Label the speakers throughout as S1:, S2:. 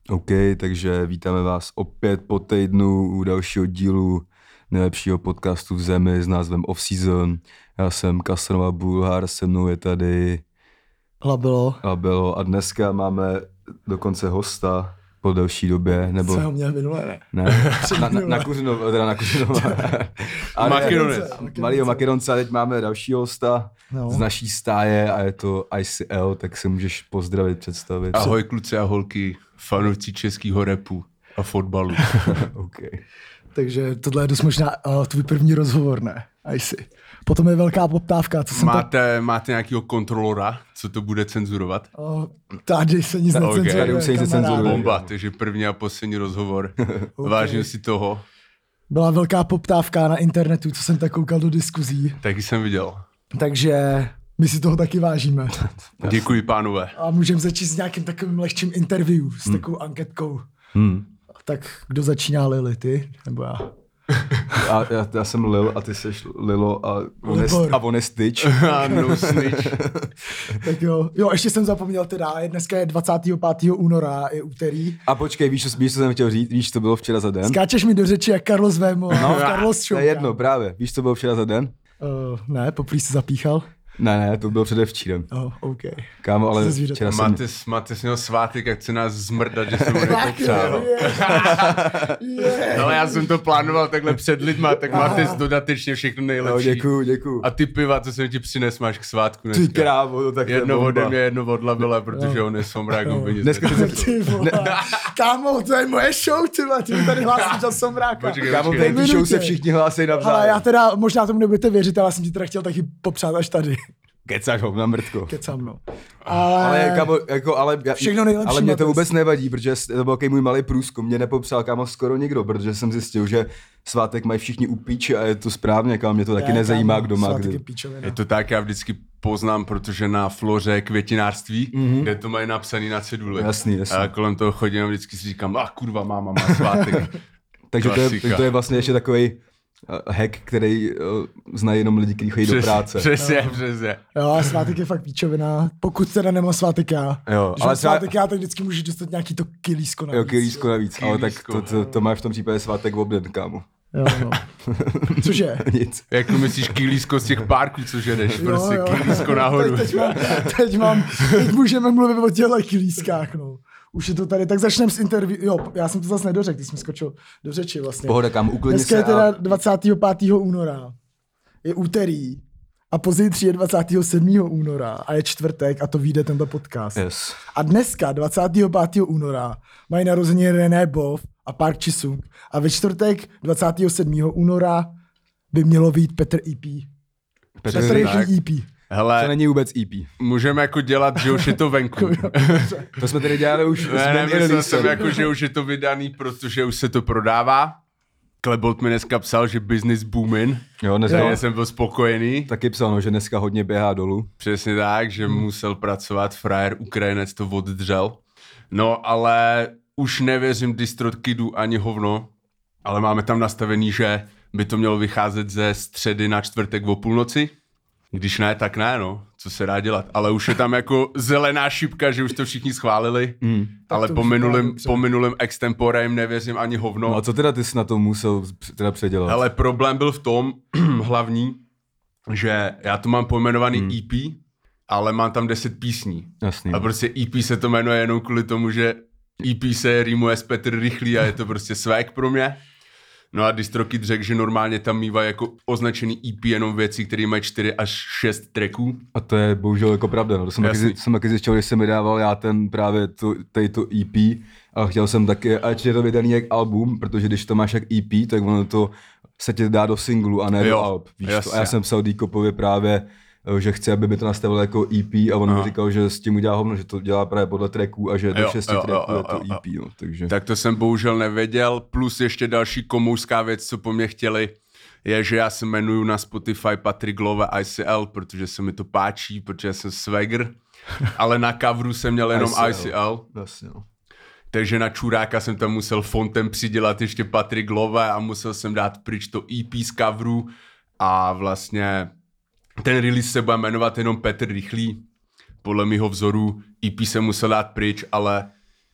S1: OK, takže vítáme vás opět po týdnu u dalšího dílu nejlepšího podcastu v zemi s názvem Off Season. Já jsem Casanova Bulhar, se mnou je tady Labelo a dneska máme dokonce hosta po delší době, nebo...
S2: Co ho měl minule,
S1: ne? Na Kuřinova. Malýho Makedonce, a teď máme dalšího hosta z naší stáje a je to ICL, tak se můžeš pozdravit, představit.
S3: Ahoj kluci a holky, fanoušci českého rapu a fotbalu.
S1: Okay.
S2: Takže tohle je dost možná tvůj první rozhovor, ne? IC. Potom je velká poptávka. Co jsem
S3: máte nějakého kontrolora, co to bude cenzurovat?
S2: Tady se nic necenzuruje.
S1: Tady už se nic necenzuruje.
S3: Bomba, takže první a poslední rozhovor. Okay. Vážím si toho.
S2: Byla velká poptávka na internetu, co jsem tak koukal do diskuzí.
S3: Taky jsem viděl.
S2: Takže my si toho taky vážíme.
S3: Děkuji, pánové. A
S2: můžeme začít s nějakým takovým lehčím interview, s takovou anketkou. Tak kdo začíná, Lili, ty nebo já?
S1: Já jsem Lil a ty seš Lilo a on je Stitch.
S3: No snitch.
S2: Tak jo, ještě jsem zapomněl teda, dneska je 25. února, je úterý.
S1: A počkej, víš, co jsem chtěl říct? Víš, co bylo včera za den?
S2: Skáčeš mi do řeči jak Carlos Vémo.
S1: No, Carlos Show. To je jedno, právě. Víš, co bylo včera za den?
S2: Ne, poprý se zapíchal.
S1: Ne, to bylo předevčírem.
S2: OK.
S1: Kámo, ale včera jsem...
S3: Máte s něho svátek, jak chce nás zmrdat, že jsem mu nepopřál. Ale já jsem to plánoval takhle před lidma, tak máte dodatečně všechno nejlepší.
S1: No, děkuju.
S3: A ty piva, co jsem ti přines, máš k svátku dneska.
S1: Ty krávo, to tak
S3: jedno ode mě, jedno od Labela, protože on je somrák, on by nic
S2: Kámo, to je moje show, ty mi tady hlásíš za somráka.
S1: Kámo, tady ty show se všichni hlásí navzájem.
S2: Ale já teda, možná tomu nebudete věřit, ale já jsem ti teda chtěl taky popřát až tady.
S1: Kecáš ho na mrtko.
S2: Kecám, no.
S1: Ale
S2: všechno nejlepší.
S1: Ale mě to vůbec nevadí, protože to byl takový můj malý průzkum. Mě nepopřál, kámo, skoro nikdo, protože jsem zjistil, že svátek mají všichni u píči a je to správně, kámo, mě to taky nezajímá, kdo má kdy.
S3: Je to tak, já vždycky poznám, protože na floře květinářství, kde to mají napsaný na ceduli.
S1: Jasný.
S3: A kolem toho chodím a vždycky si říkám, kurva, máma má svátek.
S1: Takže to je vlastně ještě takovej hack, který znají jenom lidi, kteří chodí do práce.
S3: Přesně.
S2: Jo, a svátek je fakt píčovina. Pokud teda nemám svátek já.
S1: Jo,
S2: ale svátek já, tak vždycky můžeš dostat nějaký to kilísko navíc.
S1: Jo, kilísko navíc, ale tak to máš v tom případě svátek v obden, kámo.
S2: Jo, no. Cože?
S1: Nic.
S3: Jak to myslíš kilísko z těch párků, což jedeš? Prostě kilísko nahoru.
S2: Teď můžeme mluvit o těchto kilískách, no. Už je to tady, tak začneme s interview. Jo, já jsem to zase nedořekl, ty jsi mi skočil do řeči vlastně.
S1: Pohoda, kam, uklidni se.
S2: Dneska je teda 25. února, je úterý a později je 27. února a je čtvrtek a to vyjde tento podcast.
S1: Yes.
S2: A dneska, 25. února, mají narozeniny René Bov a Park Ji-sung a ve čtvrtek 27. února by mělo vyjít Petr EP. Petr EP.
S3: Hele,
S1: to není vůbec EP.
S3: Můžeme jako dělat, že už je to venku.
S1: To jsme tady dělali už.
S3: Myslel jsem jako, že už je to vydaný, protože už se to prodává. Klebold mi dneska psal, že business booming.
S1: Jo, dneska
S3: jsem byl spokojený.
S1: Taky psal, že dneska hodně běhá dolů.
S3: Přesně tak, že musel pracovat, frajer Ukrajinec to oddřel. No, ale už nevěřím DistroKidu ani hovno, ale máme tam nastavený, že by to mělo vycházet ze středy na čtvrtek o půlnoci. Když ne, tak ne, no. Co se dá dělat? Ale už je tam jako zelená šipka, že už to všichni schválili. Ale po minulém extempore jim nevěřím ani hovno.
S1: No a co teda ty jsi na to musel teda předělat?
S3: Ale problém byl v tom, hlavní, že já to mám pojmenovaný EP, ale mám tam 10 písní.
S1: Jasný.
S3: A prostě EP se to jmenuje jenom kvůli tomu, že EP se rýmuje s Petr Rychlý a je to prostě swag pro mě. No a DistroKid řekl, že normálně tam mývá jako označený EP jenom věci, které mají 4 až 6 tracků.
S1: A to je bohužel jako pravda, no. To jsem taky zjišťoval, když jsem vydával já ten právě to EP a chtěl jsem taky, ať je to vydaný jak album, protože když to máš jak EP, tak ono to se ti dá do singlu a ne do alb. Víš to? A já jsem psal D-Kopovi právě, že chce, aby mi to nastavilo jako EP a on mi říkal, že s tím udělá hovno, že to dělá právě podle tracků a že do 6 tracků je to EP. No, takže.
S3: Tak to jsem bohužel nevěděl, plus ještě další komouská věc, co po mně chtěli, je, že já se jmenuju na Spotify Patrick Love ICL, protože se mi to páčí, protože jsem swagger, ale na coveru jsem měl jenom ICL.
S1: Vlastně, no.
S3: Takže na čuráka jsem tam musel fontem přidělat ještě Patrick Love a musel jsem dát pryč to EP z coveru a vlastně ten release se bude jmenovat jenom Petr Rychlý. Podle mýho vzoru EP se musel dát pryč, ale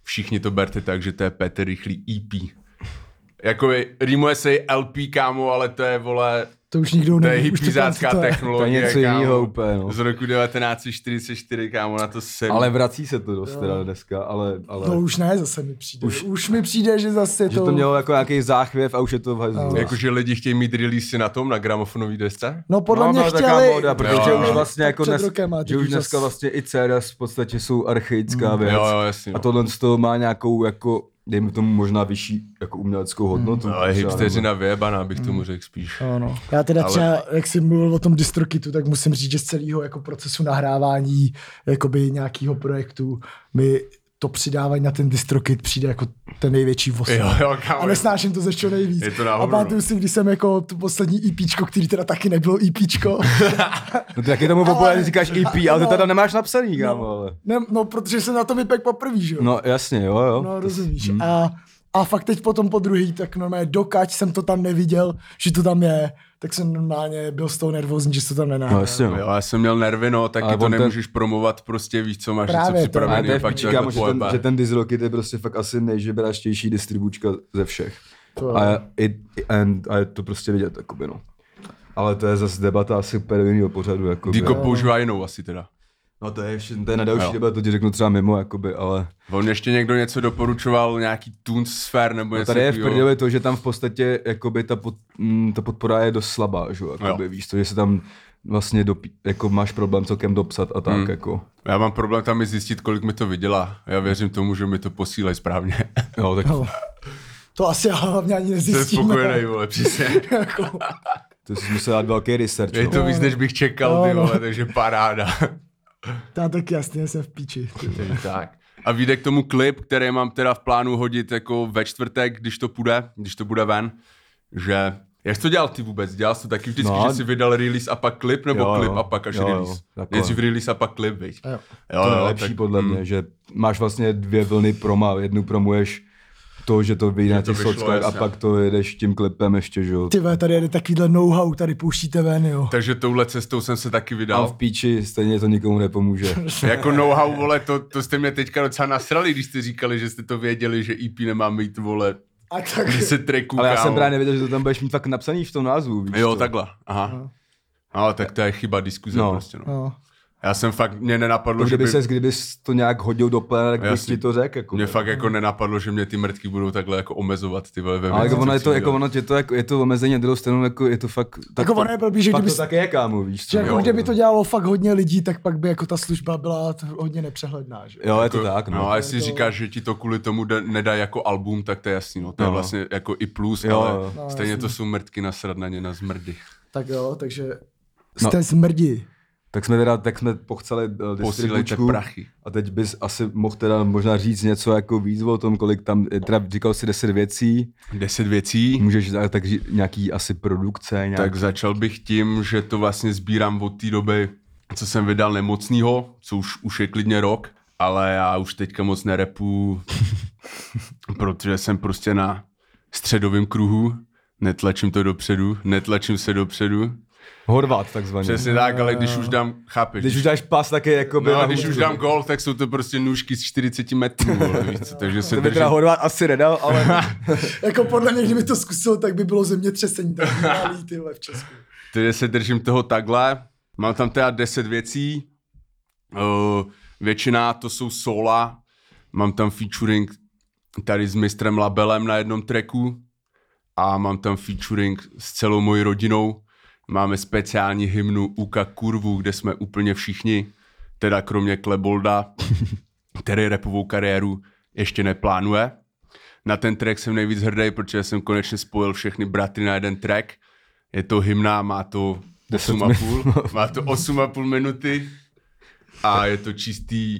S3: všichni to berte tak, že to je Petr Rychlý EP. Jako rýmuje se i LP, kámo, ale to je, vole,
S2: to už nikdo
S3: to je hippizácká technologie,
S1: to je něco jiného úplně, no.
S3: Z roku 1944, kámo, na to jsem.
S1: Ale vrací se to dost teda dneska, ale...
S2: No už ne, zase mi přijde. Už mi přijde, že zase
S1: že to mělo jako nějaký záchvěv a už je to v hajzlu.
S3: Jakože lidi chtějí mít releasy na tom, na gramofonový desce?
S2: No podle mě chtěli...
S1: Moda, protože už vlastně jako že už dneska vlastně i CDs v podstatě jsou archaická věc.
S3: Jo, jasně,
S1: a tohle z toho má nějakou jako dejme tomu možná vyšší jako uměleckou hodnotu.
S3: Ale hipsteřina vyjebaná, bych tomu řekl spíš.
S2: No. Já teda třeba, jak jsi mluvil o tom DistroKitu, tak musím říct, že z celého jako procesu nahrávání jakoby nějakého projektu mi to přidávání na ten DistroKit přijde jako ten největší voz. A nesnáším to ze čeho nejvíc. A pamatuju si, když jsem jako to poslední EPčko, který teda taky nebylo EPčko.
S1: No ty taky tomu populárně říkáš EP, ale ty teda nemáš napsaný, kámo. Ale.
S2: No, protože jsem na to vypek poprvé, že jo?
S1: No jasně, jo.
S2: No rozumíš. A fakt teď potom po druhý, tak normálně dokud jsem to tam neviděl, že to tam je, tak jsem normálně byl z toho nervózní, že to tam nenáhne.
S1: No jasně, no.
S3: Jo, já jsem měl nervy, no, taky to nemůžeš promovat, prostě víš, co máš něco připravený.
S1: A pak říkám, že ten DistroKit je prostě fakt asi nejžebráštější distribučka ze všech. A je to prostě vidět, jakoby, no. Ale to je zase debata asi úplně jiného pořadu, jakoby.
S3: Díko používá jinou asi teda.
S1: No to je na další debatu, to ti řeknu třeba mimo, jakoby, ale...
S3: On ještě někdo něco doporučoval, nějaký Tunes Sphere nebo něco.
S1: Tady je v prdeli to, že tam v podstatě jakoby ta podpora je dost slabá, že? Jakoby, víš to, že se tam vlastně jako máš problém celkem dopsat a tak jako.
S3: Já mám problém tam i zjistit, kolik mi to vydělá. Já věřím tomu, že mi to posílají správně.
S1: Jo, tak...
S2: To asi hlavně ani nezjistíme.
S3: Jsem spokojený, vole, přesně.
S1: To jsi musel dát velký research.
S3: Je to víc, než bych čekal, ty vole, takže paráda.
S2: Já tak jasně jsem v píči.
S3: Tak. A vyjde k tomu klip, který mám teda v plánu hodit jako ve čtvrtek, když to bude ven, že... Jak jsi to dělal ty vůbec? Dělal jsi to taky vždycky, že jsi vydal release a pak klip, nebo klip a pak až release? Nejdřív release a pak klip, viď?
S1: Jo, to je lepší podle mě, že máš vlastně 2 vlny promo, jednu promuješ to, že to vyjde na těch sockách a pak to jedeš tím klipem ještě, že jo.
S2: Tyve, tady jede takovýhle know-how, tady pouštíte ven, jo.
S3: Takže touhle cestou jsem se taky vydal.
S1: A v píči stejně to nikomu nepomůže.
S3: Jako know-how, vole, to jste mě teďka docela nasrali, když jste říkali, že jste to věděli, že EP nemá mít, vole, 10 tracků.
S1: Ale já jsem právě nevěděl, že to tam budeš mít fakt napsaný v tom názvu, víš.
S3: Jo, takhle, aha. Ale tak to je chyba diskuze prostě, no. Já jsem fakt, mě nenapadlo,
S1: že kdybys to nějak hodil do pléna, tak bys ti to řekl. Jako,
S3: mě fakt jako nenapadlo, že mě ty mrtky budou takhle jako omezovat, ty vole.
S1: Ale jako je to omezení, a druhou stranu jako je to fakt...
S2: Jako ono je blbý, že
S1: kdyby... to tak je, kámo, víš co?
S2: Jako kdyby to dělalo fakt hodně lidí, tak pak by jako ta služba byla hodně nepřehledná, že?
S1: Jo, je to tak, no.
S3: No a jestli říkáš, že ti to kvůli tomu nedá jako album, tak to je jasný, no. To je vlastně jako i plus, ale stejně to jsou mrtky nasrat na ně, na zmrdy.
S2: Tak jo, takže jste zmrdi.
S1: Tak jsme pochceli distribučku a teď bys asi mohl teda možná říct něco jako víc o tom, kolik tam, teda říkal si 10 věcí.
S3: 10 věcí?
S1: Můžeš tak nějaký asi produkce.
S3: Tak začal bych tím, že to vlastně sbírám od té doby, co jsem vydal Nemocnýho, co už je klidně rok, ale já už teďka moc nerepu, protože jsem prostě na středovém kruhu, netlačím se dopředu.
S1: Horvát takzvaně.
S3: Přesně tak, ale když už dám, chápeš.
S1: Když už dáš pas, tak je jako by...
S3: No, když už dám gól, tak jsou to prostě nůžky z 40 metrů, víš co, takže se
S1: držím. Teda Horvát asi nedal, ale...
S2: Jako podle mě, kdyby to zkusil, tak by bylo zemětřesení, tak malý tyhle v Česku.
S3: Takže se držím toho takhle, mám tam teda 10 věcí, většina to jsou sola, mám tam featuring tady s mistrem Labelem na jednom tracku a mám tam featuring s celou mojí rodinou. Máme speciální hymnu Uka Kurvu, kde jsme úplně všichni, teda kromě Klebolda, který rapovou kariéru ještě neplánuje. Na ten track jsem nejvíc hrdý, protože jsem konečně spojil všechny bratry na jeden track. Je to hymna, má to 8,5 minuty a je to čistý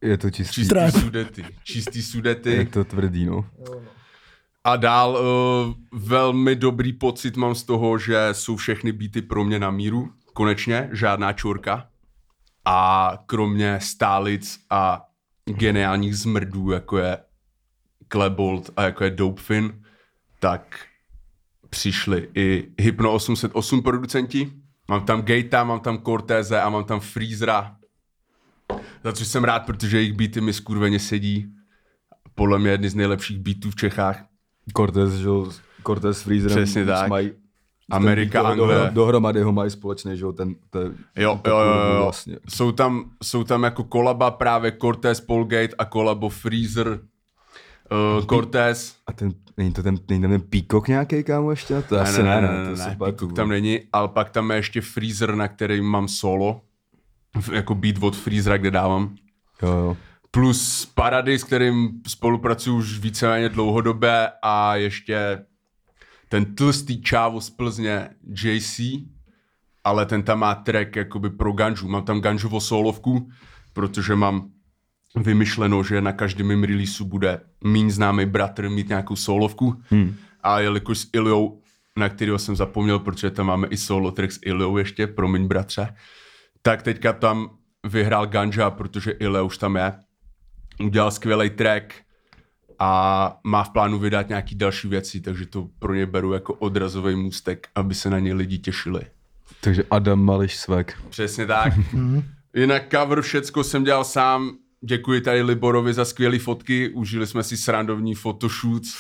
S3: sudety.
S1: Je to tvrdý, no.
S3: A dál velmi dobrý pocit mám z toho, že jsou všechny beaty pro mě na míru. Konečně, žádná čurka. A kromě stálic a geniálních zmrdů, jako je Klebold a jako je Dopefin, tak přišli i Hypno 808 producenti. Mám tam Gatea, mám tam Cortéze a mám tam Freezera. Za což jsem rád, protože jejich beaty mi skurveně sedí. podle mě jedny z nejlepších beatů v Čechách.
S1: Cortez Freezer.
S3: Přesně tak. Amerika, Anglie.
S1: Dohromady ho mají společný, že jo,
S3: Jo.
S1: vlastně.
S3: Jsou tam jako kolaba právě Cortez, Polgate a kolabo Freezer, Cortez.
S1: A není tam ten Peacock nějaký, kámo, ještě? To asi ne.
S3: Peacock tam není, ale pak tam je ještě Freezer, na kterým mám solo, jako beat od Freezera, kde dávám.
S1: Jo.
S3: Plus Parady, s kterým spolupracuju už víceméně dlouhodobě a ještě ten tlstý čávo z Plzně JC, ale ten tam má track jakoby pro ganžu. Mám tam ganžovou solovku, protože mám vymyšleno, že na každém mým releaseu bude míň známý bratr mít nějakou solovku. A jelikož s Iljou, na kterého jsem zapomněl, protože tam máme i solo track s Iljou ještě, promiň bratře, tak teďka tam vyhrál Ganja, protože Ilja už tam je. Udělal skvělý track a má v plánu vydat nějaký další věci, takže to pro ně beru jako odrazový můstek, aby se na ně lidi těšili.
S1: Takže Adam Mališ Swag.
S3: Přesně tak. Jinak cover všecko jsem dělal sám. Děkuji tady Liborovi za skvělé fotky. Užili jsme si srandovní photoshoots.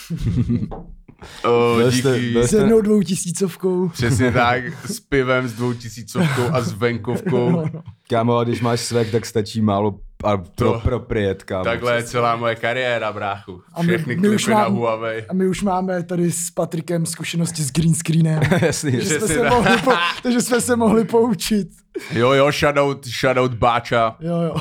S3: Díky.
S2: S jednou 2000.
S3: Přesně tak. S pivem, s 2000 a s venkovkou.
S1: Kámo, a když máš swag, tak stačí málo a pro prijet, kámo.
S3: Takhle je celá moje kariéra, bráchu. Všechny klipy na Huawei.
S2: A my už máme tady s Patrikem zkušenosti s green screenem.
S1: Jasně.
S2: Takže jsme se mohli poučit.
S3: Jo, shoutout Báča.
S2: Jo.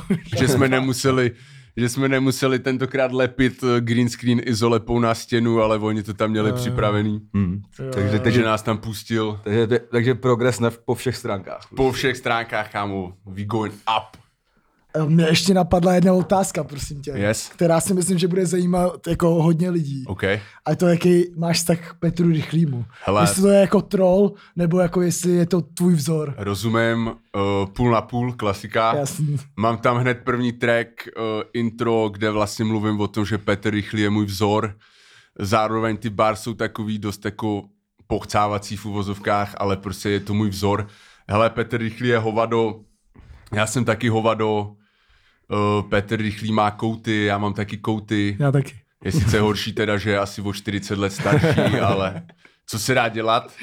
S3: Že jsme nemuseli tentokrát lepit green screen izolepou na stěnu, ale oni to tam měli připravený. Takže nás tam pustil.
S1: Takže progres po všech stránkách.
S3: Po všech stránkách, kámo. We going up.
S2: Mě ještě napadla jedna otázka, prosím tě, která si myslím, že bude zajímat jako hodně lidí.
S3: Okay.
S2: A to, jaký máš vztah k Petru Rychlýmu.
S3: Hele.
S2: Jestli to je jako troll, nebo jako jestli je to tvůj vzor.
S3: Rozumím, půl na půl, klasika.
S2: Jasný.
S3: Mám tam hned první track, intro, kde vlastně mluvím o tom, že Petr Rychlý je můj vzor. Zároveň ty bars jsou takový dost jako pochcávací v uvozovkách, ale prostě je to můj vzor. Hele, Petr Rychlý je hovado, já jsem taky hovado, Petr Rychlý má kouty, já mám taky kouty.
S2: Já taky.
S3: Je sice horší teda, že je asi o 40 let starší, ale co se dá dělat?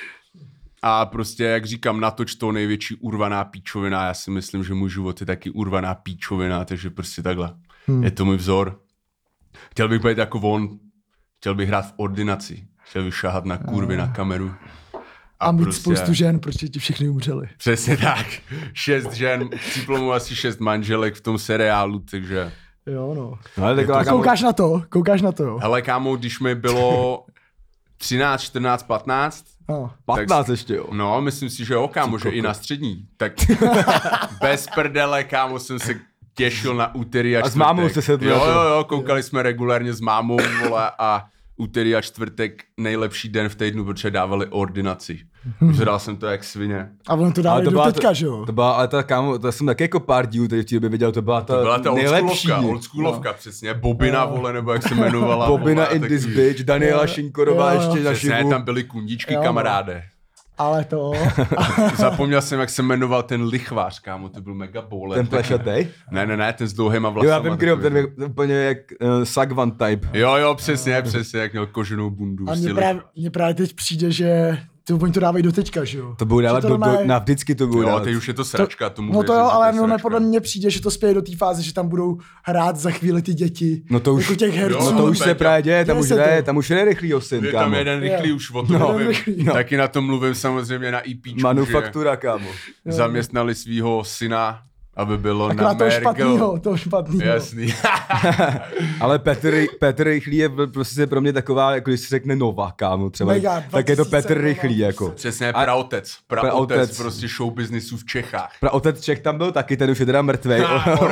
S3: A prostě, jak říkám, natoč to největší urvaná píčovina. Já si myslím, že můj život je taky urvaná píčovina, takže prostě takhle. Je to můj vzor. Chtěl bych být jako on, chtěl bych hrát v ordinaci, chtěl bych šahat na kurvy, na kameru.
S2: A mít prostě spoustu žen, protože ti všechny umřeli.
S3: Přesně tak. 6 žen, cíplo mu asi 6 manželek v tom seriálu, takže...
S2: Jo, no.
S1: Ale
S2: Koukáš na to, jo.
S3: Hele, kámo, když mi bylo 13, 14, 15...
S1: 15 ještě, jo.
S3: No, myslím si, že jo, kámo, že i na střední. Tak bez prdele, kámo, jsem se těšil na úterý a čtvrtek.
S1: A s mámou jste se
S3: Jo, koukali jsme regulárně s mámou, vole, a úterý a čtvrtek nejlepší den v týdnu, protože dávali ordinaci. Žral jsem to jak svině.
S2: A on to dávali do teďka, že jo?
S1: To byla, ale to jsem taky jako pár dílů, který v té době viděl, to byla ta nejlepší.
S3: Oldschoolovka, přesně. Bobina, vole, nebo jak se jmenovala.
S1: Bobina in this bitch, Daniela Šinkorová ještě na
S3: šivu. Přesně, tam byly kundičky, kamaráde.
S2: Ale to...
S3: Zapomněl jsem, jak se jmenoval ten lichvář, kámo, to byl mega boulet.
S1: Ten plešatej?
S3: Ne, ten s dlouhýma vlasama.
S1: Jo, já vím, kdo, ten úplně jak Sagvan type.
S3: Jo, přesně, jak měl koženou bundu.
S2: A mně právě teď přijde, že oni to dávají do teďka, že jo?
S1: To budou dávat navždycky to budou dávat.
S3: Jo, teď už je to sračka.
S2: No to jo, ale podle mě přijde, že to spěje do té fáze, že tam budou hrát za chvíli ty děti.
S1: No to už,
S2: jako těch herců.
S1: No to už se právě děje, tam už je Rychlýho syn,
S3: je
S1: kámo.
S3: tam jeden Rychlý už o tom mluvím. Taky na tom mluvím samozřejmě na EPčku.
S1: Manufaktura, kámo.
S3: Zaměstnali svýho syna, aby bylo
S2: akorát
S3: na Merkel.
S2: toho špatnýho.
S3: Jasný.
S1: Ale Petr Rychlý je prostě pro mě taková, jako když se řekne Nova, kámo, třeba.
S2: Mega,
S1: tak je to Petr Rychlý, jako.
S3: Přesně, praotec prostě show businessu v Čechách.
S1: Praotec Čech tam byl taky, ten už je teda mrtvej.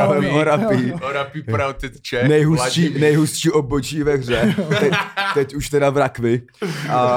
S3: Orapí praotec Čech.
S1: Nejhustší obočí ve hře. Teď už teda v rakvi. A...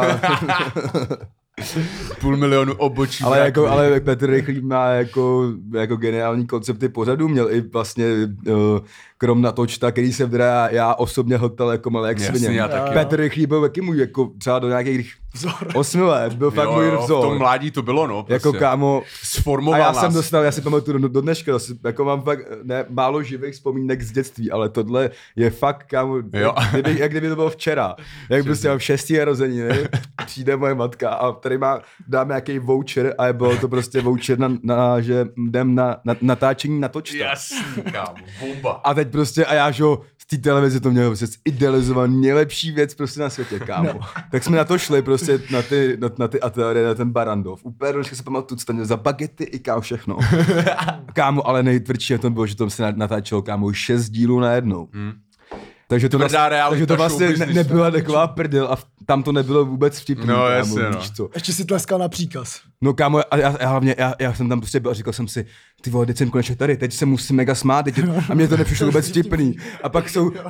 S3: 500 000 obočí.
S1: Ale Petr Rychlý má jako geniální koncepty pořadu, měl i vlastně krom Natočta, který jsem teda já osobně hltal jako malé jak svině. Petr Rychlý byl taky můj, jako třeba do nějakých
S2: Vzor.
S1: 8 let, byl fakt můj vzor.
S3: V tom mládí to bylo, no.
S1: Jako kámo,
S3: sformoval
S1: a já
S3: nás.
S1: jsem dostal, já si pamatuju do dneška, jako mám fakt málo živých vzpomínek z dětství, ale tohle je fakt, kámo, jak kdyby to bylo včera. Jak prostě mám 6. narozeniny, přijde moje matka a tady dám nějaký voucher a bylo to prostě voucher že jdem na natáčení na Točta.
S3: Jasný, kámo, bomba.
S1: A teď prostě, a já, že z té televize to mělo prostě idealizovat nejlepší věc prostě na světě, kámo. No. Tak jsme na to šli prostě na ty ateliéry, na ten Barandov. Úplně dneška se pamatuju, co tam měl za bagety i kámo všechno. Kámo, ale nejtvrdší na tom bylo, že tam se natáčelo, kámo, 6 dílů najednou. Takže to vlastně nebyla taková prdel a tam to nebylo vůbec vtipný.
S3: No,
S1: kámo,
S3: jasně,
S1: víš co.
S2: Ještě si tleskal na příkaz.
S1: No kámo, já jsem tam prostě byl a říkal jsem si, ty vole, teď jsem konečně tady, teď se musím mega smát, a mě to nepřišlo vůbec vtipný. A pak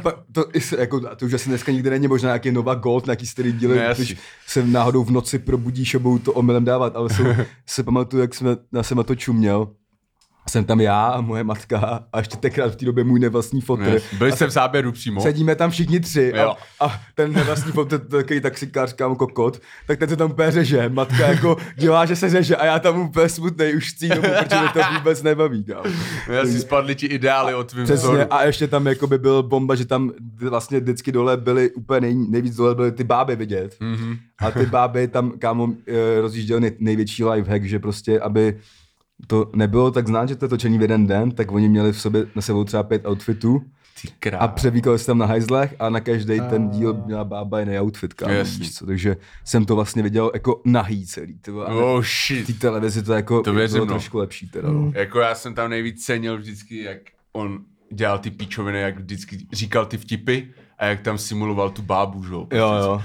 S1: to už asi dneska nikdy není, možná nějaký Nova Gold, nějaký starý díly, když se náhodou v noci probudíš a budou to omylem dávat, ale se pamatuju, jak jsem na to čuměl. Jsem tam já a moje matka a ještě tenkrát v té době můj nevlastní fotr.
S3: Byli jste v záběru přímo.
S1: Sedíme tam všichni 3 a ten nevlastní fotr, takový taxikář, kámo kokot, tak ten se tam úplně řeže. Matka jako dělá, že se řeže a já tam úplně smutnej už chci, protože mě to vůbec nebaví, kámo.
S3: Asi spadly ti ideály od tvým vzoru.
S1: A ještě tam jako by byl bomba, že tam vlastně vždycky dole byly úplně nejvíc dole byly ty báby vidět. Mm-hmm. A ty báby tam, kámo, rozjížděli největší lifehack, že prostě, aby to nebylo tak znát, že to je točení v jeden den, tak oni měli na sebou třeba 5 outfitů a převlíkali se tam na hajzlech a na každý ten díl měla bába jiný outfit, kámo, takže jsem to vlastně viděl jako nahý celý.
S3: Shit.
S1: V té televizi to jako
S3: to
S1: bylo trošku lepší teda. No.
S3: Jako já jsem tam nejvíc cenil vždycky, jak on dělal ty píčoviny, jak vždycky říkal ty vtipy a jak tam simuloval tu bábu, že jo.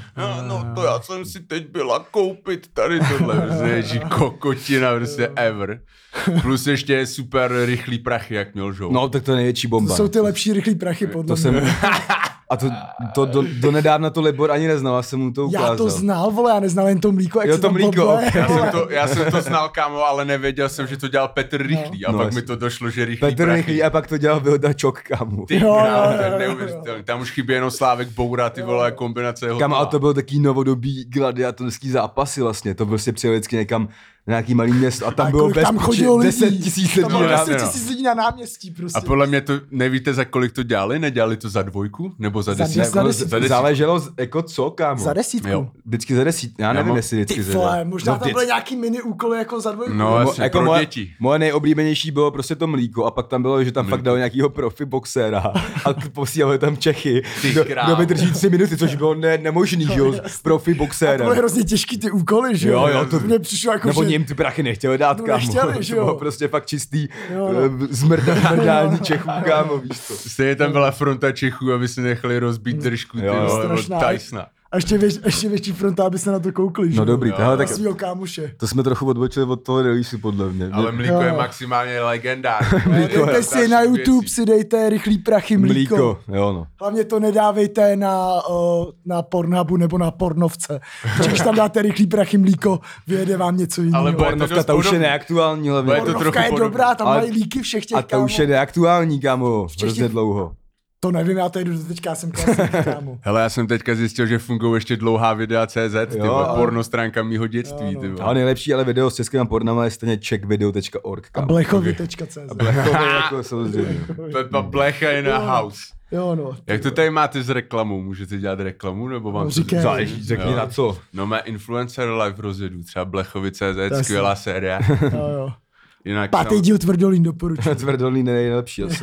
S3: No to já jsem si teď byla koupit tady tohle, prostě kokotina, prostě ever. Plus ještě super rychlý prachy, jak měl, že jo.
S1: No, tak to je největší bomba.
S2: To jsou ty lepší rychlý prachy, podle mě.
S1: A to do nedávna to Libor ani neznal, já jsem mu to ukázal.
S2: Já to znal, vole, já neznal jen to mlíko, jak se tam
S1: okay.
S3: Já jsem to znal, kámo, ale nevěděl jsem, že to dělal Petr Rychlý a pak mi to došlo, že Rychlý
S1: Petr Rychlý a pak to dělal Vilda Čok, kámo.
S3: Ty krávo, to je neuvěřitelný. Tam už chybí jenom Slávek Boura, ty vole, kombinace jeho.
S1: Kámo, a to byl taký novodobý gladiatorský zápasy vlastně, to prostě přijel vždycky někam na nějaký malý město a tam bylo bez 10 000 lidí.
S2: Tam bylo 10 000 lidí na náměstí prostě.
S3: A podle mě to, nevíte za kolik to dělali? Nedělali to za 2? Nebo za 10?
S1: Záleželo jako co, kámo?
S2: Za 10.
S1: Vždycky za 10, já nevím, jestli vždycky za 10.
S2: Možná tam byly nějaký mini úkoly jako za 2.
S3: No, asi jako pro děti.
S1: Moje nejoblíbenější bylo prostě to mlíko a pak tam bylo, že tam fakt dal nějakýho profi boxéra a posílali tam Čechy. Kdo vydrží 3 minuty, což bylo nemožný, že jo, profi boxéra.
S2: A to bylo hrozně těžký ty úkoly, že jo?
S1: To
S2: mě přišlo jako,
S1: nebo jim ty prachy nechtěli dát, kámo.
S2: Nechtěli,
S1: to bylo prostě fakt čistý zmrdání Čechů, kámo, víš to.
S3: Stejně tam byla fronta Čechů, aby se nechali rozbít držku, ty Tysona.
S2: A ještě větší fronta, aby se na to koukli, že?
S1: No dobrý, tak
S2: svýho kámoše.
S1: To jsme trochu odbočili od toho release, podle mě.
S3: Ale mlíko je maximálně legendární.
S2: Dejte si na YouTube, si dejte rychlý prachy mlíko.
S1: Jo, no.
S2: Hlavně to nedávejte na Pornhubu nebo na Pornovce. Když tam dáte rychlý prachy mlíko, vyjede vám něco jiného.
S1: Ale Pornovka, ta už je neaktuální, hlavně.
S2: Pornovka je dobrá, tam mají líky všech těch,
S1: kámo. A ta už je neaktuální, kámo, hrozně dlouho.
S2: To nevím, já to jdu do teďka, jsem klasik, kámo.
S3: Hele, já jsem teďka zjistil, že fungují ještě dlouhá videa.cz, porno stránka mýho dětství, ty
S1: Ale nejlepší ale video s českým pornama je stejně checkvideo.org,
S2: kámo. A blechovy.cz.
S1: A blechovy jako samozřejmě.
S3: Pepa Blecha in a house.
S2: Jo, no.
S3: Jak to tady máte s reklamou? Můžete dělat reklamu, nebo vám
S2: to
S1: záleží, řekni na co?
S3: No, má influencer live rozjedu, třeba Blechovi.cz, skvělá série.
S2: Jo.
S3: Jinak
S2: 5. díl Tvrdolín doporučuji.
S1: Tvrdolín je nejlepší asi.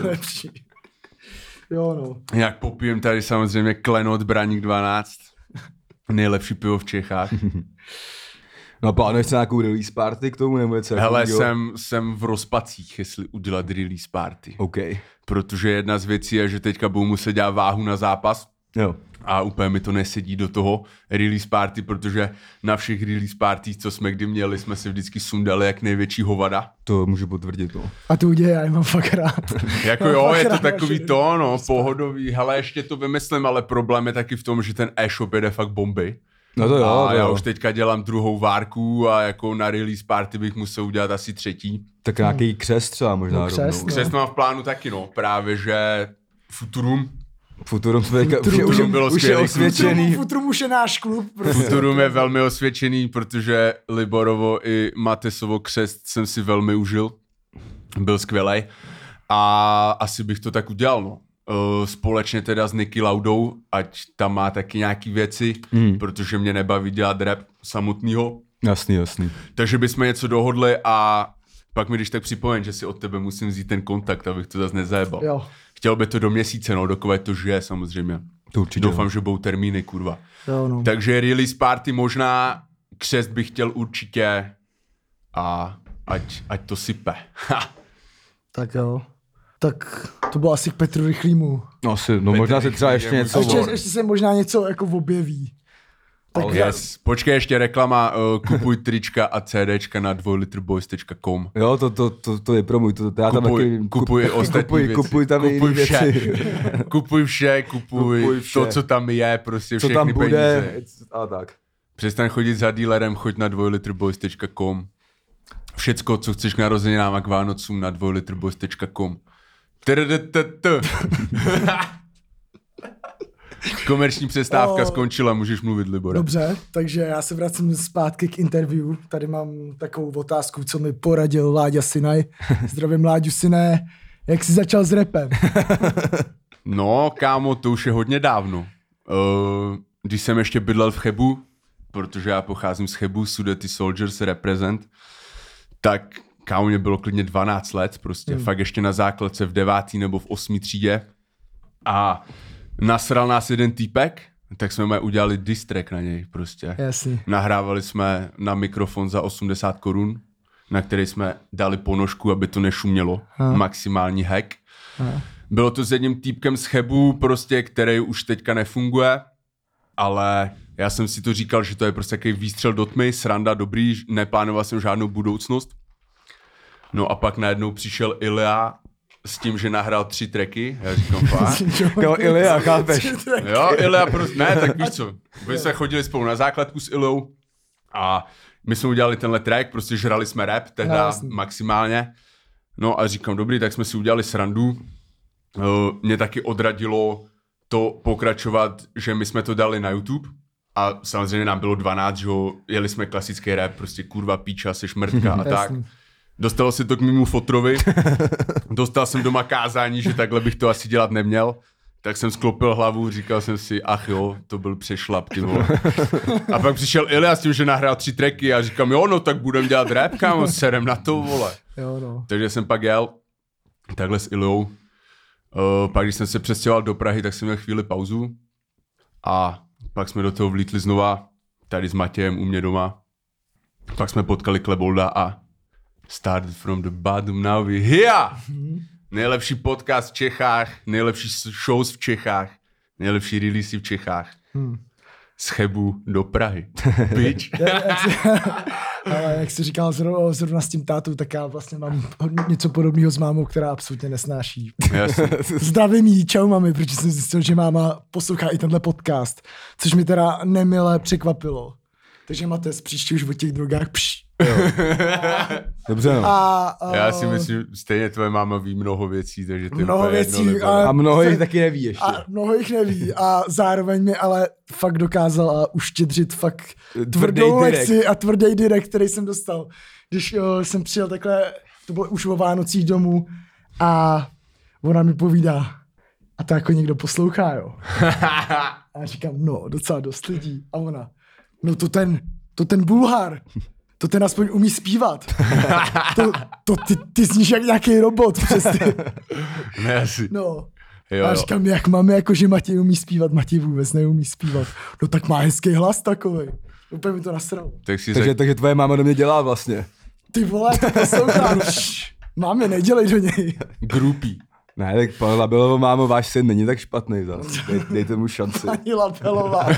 S2: Jo, no.
S3: Jak popijem tady samozřejmě Klenot Braník 12. Nejlepší pivo v Čechách.
S1: No a plánuješ nějakou release party k tomu, nebo něco?
S3: Hele, jsem v rozpacích, jestli udělat release party.
S1: OK.
S3: Protože jedna z věcí je, že teďka budu muset dělat váhu na zápas.
S1: Jo.
S3: A úplně mi to nesedí do toho release party, protože na všech release parties, co jsme kdy měli, jsme si vždycky sundali jak největší hovada.
S1: To můžu potvrdit, no.
S2: A to udělej, já je mám fakt rád.
S3: Jako jo, je to takový to, no, pohodový. Hele, ještě to vymyslím, ale problém je taky v tom, že ten e-shop jede fakt bomby.
S1: No to jo,
S3: a já už teďka dělám 2. várku a jako na release party bych musel udělat asi 3.
S1: Tak nějaký křest třeba možná.
S2: No, křest
S3: mám v plánu taky, no, právě že Futurum.
S1: Futurum jsme už je osvědčený.
S2: Futurum už je náš klub. Prostě.
S3: Futurum je velmi osvědčený, protože Liborovo i Matesovo křest jsem si velmi užil. Byl skvělej. A asi bych to tak udělal, no. Společně teda s Nicky Laudou, ať tam má taky nějaký věci, protože mě nebaví dělat rap samotnýho.
S1: Jasný.
S3: Takže bychom něco dohodli a pak mi když tak připomeň, že si od tebe musím vzít ten kontakt, abych to zase nezajebal.
S2: Jo.
S3: Chtěl by to do měsíce, no, dokové to žije samozřejmě.
S1: To určitě.
S3: Doufám, že budou termíny, kurva.
S2: Jo, no.
S3: Takže release party možná, křest bych chtěl určitě a ať to sype.
S2: Tak jo. Tak to bylo asi k Petru Rychlýmu.
S1: No možná se třeba ještě něco...
S2: Ještě se možná něco jako objeví.
S3: Tak yes. Počkej, ještě reklama, kupuj trička a CDčka na 2litrboys.com.
S1: Jo, to je pro můj, to já tam taky...
S3: Kupuj ostatní věci.
S1: Kupuj tam jiný věci.
S3: Kupuj vše, kupuj to, co tam je, prostě všechny peníze. Co tam bude,
S1: a tak.
S3: Přestaň chodit za dealerem, choď na 2litrboys.com. Všecko, co chceš k narozeninám a k Vánocům na 2litrboys.com. Komerční přestávka skončila, můžeš mluvit, Libore.
S2: Dobře, takže já se vracím zpátky k interview. Tady mám takovou otázku, co mi poradil Láďa Sinaj. Zdravím, Láďu Sinaj. Jak jsi začal s rapem?
S3: No, kámo, to už je hodně dávno. Když jsem ještě bydlel v Chebu, protože já pocházím z Chebu, Sudety Soldiers represent, tak kámo, mě bylo klidně 12 let, prostě fakt ještě na základce v 9. nebo v 8. třídě. A nasral nás jeden týpek, tak jsme udělali diss track na něj prostě.
S2: Jasně.
S3: Nahrávali jsme na mikrofon za 80 korun, na který jsme dali ponožku, aby to nešumělo. Maximální hack. Bylo to s jedním týpkem z Chebu, prostě, který už teďka nefunguje, ale já jsem si to říkal, že to je prostě takový výstřel do tmy, sranda, dobrý, neplánoval jsem žádnou budoucnost. No a pak najednou přišel Ilja s tím, že nahrál 3 tracky. Já říkám, fakt?
S1: Ilja, chápeš?
S3: Jo, Ilja prostě, ne, tak víš co. My jsme chodili spolu na základku s Iljou a my jsme udělali tenhle track, prostě žrali jsme rap, tehda maximálně. No a říkám, dobrý, tak jsme si udělali srandu. Mě taky odradilo to pokračovat, že my jsme to dali na YouTube. A samozřejmě nám bylo 12, že jo, jeli jsme klasický rap, prostě kurva, píča, seš mrtka a tak. Dostalo se to k mému fotrovi, dostal jsem doma kázání, že takhle bych to asi dělat neměl, tak jsem sklopil hlavu, říkal jsem si, ach jo, to byl přešlap, ty vole. A pak přišel Ilja s tím, že nahrál 3 tracky a říkám, jo, no tak budem dělat rap, kámo, serem na to, vole.
S2: Jo, no.
S3: Takže jsem pak jel takhle s Iljou. Pak když jsem se přestěhoval do Prahy, tak jsem měl chvíli pauzu a pak jsme do toho vlítli znova, tady s Matějem u mě doma. Pak jsme potkali Klebolda a started from the bottom, now we here! Nejlepší podcast v Čechách, nejlepší shows v Čechách, nejlepší releasy v Čechách. Z Chebu do Prahy. Bitch.
S2: Ale jak jsi říkal zrovna s tím tátou, tak já vlastně mám něco podobného s mámou, která absolutně nesnáší. Zdravím jí, čau mami, protože jsem zjistil, že máma poslouchá i tenhle podcast, což mi teda nemile překvapilo. Takže máte příště už o těch drogách,
S1: Dobře, no.
S3: Já si myslím, stejně tvoje máma ví mnoho věcí, takže to
S2: mnoho věcí,
S3: jedno,
S1: a mnoho jich taky neví ještě.
S2: A mnoho jich neví a zároveň mi ale fakt dokázala uštědřit fakt tvrdou lekci a tvrdý direkt, který jsem dostal. Když jsem přijel takhle, to bylo už o Vánocích domů a ona mi povídá, a to jako někdo poslouchá, jo. A já říkám, no, docela dost lidí. A ona, no to ten Bulhar, to ten aspoň umí zpívat. Ty zníš jak nějaký robot přes ty.
S3: Ne, asi.
S2: No. Jo. A říkám, jak máme, jako že Matěj umí zpívat, Matěj vůbec neumí zpívat. No tak má hezký hlas takovej. Úplně mi to nasralo.
S1: Takže tvoje máma do mě dělá vlastně.
S2: Ty vole, to posloucháš. Mámě, nedělej do něj.
S3: Groupie.
S1: Ne, tak pane Labelovo, mámo, váš syn není tak špatný zase. Dejte mu šanci.
S2: Paní Labelová.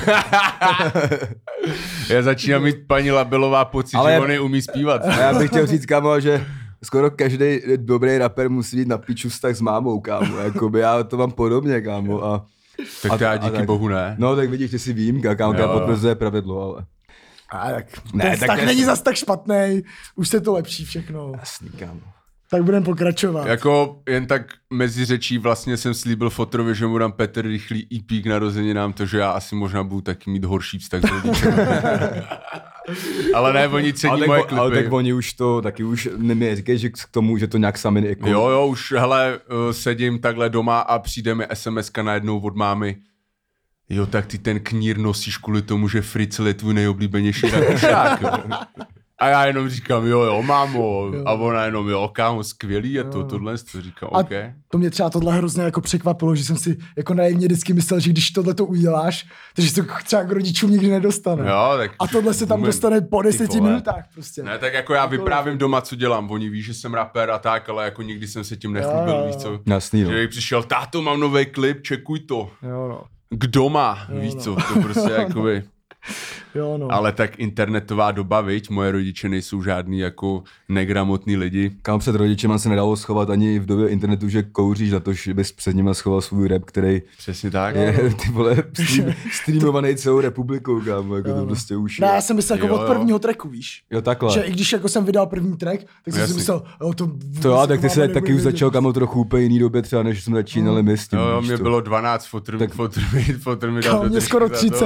S3: Já začínám mít paní Labelová pocit, že on umí zpívat.
S1: A já bych chtěl říct, kámo, že skoro každý dobrý rapper musí jít na piču vztah s mámou, kámo. Jakoby já to mám podobně, kámo.
S3: Tak to já díky bohu ne.
S1: No, tak vidíš, ty si výjimka, kámo, která potvrzuje pravidlo, ale...
S2: A tak, ne, ten vztah není zas tak špatnej, už se to lepší všechno.
S1: Jasný, kámo.
S2: Tak budeme pokračovat.
S3: Jako jen tak mezi řečí vlastně jsem slíbil Fotrovi, že mu dám Petr rychlý EP k narozeninám, to, že já asi možná budu taky mít horší vztah s rodičem. Ale ne, oni cení moje klipy.
S1: Ale tak oni už to, taky už nemě říkají, že k tomu, že to nějak sami jako...
S3: Jo, už hele, sedím takhle doma a přijde mi SMS-ka najednou od mámy. Jo, tak ty ten knír nosíš kvůli tomu, že Fritzl je tvůj nejoblíbenější rakušák. A já jenom říkám, jo, mámo. Jo. A ona jenom, jo, kámo, skvělý a tohle, to říkám, OK.
S2: A to mě třeba tohle hrozně jako překvapilo, že jsem si jako naivně vždycky myslel, že když tohle to uděláš, takže se to třeba k rodičům nikdy nedostane.
S3: Jo, tak
S2: a tohle se tam dostane po 10 minutách prostě.
S3: Ne, tak jako já vyprávím doma, co dělám. Oni ví, že jsem rapper a tak, ale jako nikdy jsem se tím nechlubil, víš co.
S1: Jasný, no.
S3: Že přišel, táto, mám nový klip, čekuj to.
S2: Jo, no.
S3: Kdo má, víš co, to prostě jakoby...
S2: Jo, no.
S3: Ale tak internetová doba, viď, moje rodiče nejsou žádný jako negramotní lidi.
S1: Kam před rodičema se nedalo schovat ani v době internetu, že kouříš na to, že bys před nima schoval svůj rap, který
S3: přesně tak.
S1: Je ty vole streamovaný celou republikou, kámo, jako to prostě už.
S2: Ne, já jsem myslel jako od prvního tracku, víš.
S1: Jo, takhle.
S2: Že i když jako jsem vydal první track, tak jsem si myslel,
S1: to já, tak ty se taky už začal, kámo, trochu úplně jiný době třeba, než jsme začínali my s tím.
S3: Jo, mě bylo 12, fotr mi dal
S2: mě skoro 30,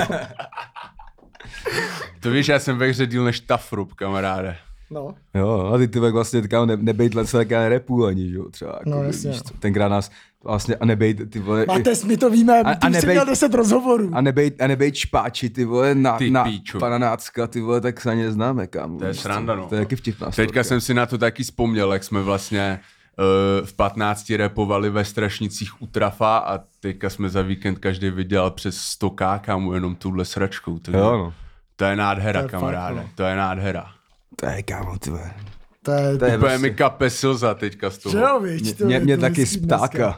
S3: To víš, já jsem ve hře díl než Tafrup, kamaráde.
S2: No.
S1: Jo, a ty vlastně kámo, nebejt len se taká nerepu ani, jo, třeba. Jako,
S2: no, jasně.
S1: Víš, tenkrát nás vlastně, a nebejt, ty vole.
S2: Máte, my to víme, ty jsi měl 10 rozhovorů.
S1: A nebejt špáči, ty vole, na pana Nácka, ty vole, tak se ani neznáme, kámo.
S3: To je sranda, no.
S1: To je taky vtipná.
S3: Teďka jsem si na to taky vzpomněl, jak jsme vlastně v 15 repovali ve Strašnicích u Trafa a teďka jsme za víkend každý vydělal přes 100k, kámo, jenom touhle sračkou.
S1: Jo, no.
S3: To je nádhera, kamaráde, to je nádhera.
S1: To je, kámo, ty vole.
S2: To je
S3: úplně prostě... mi kape slza teďka z toho.
S2: Jo, víš,
S1: mě taky z ptáka.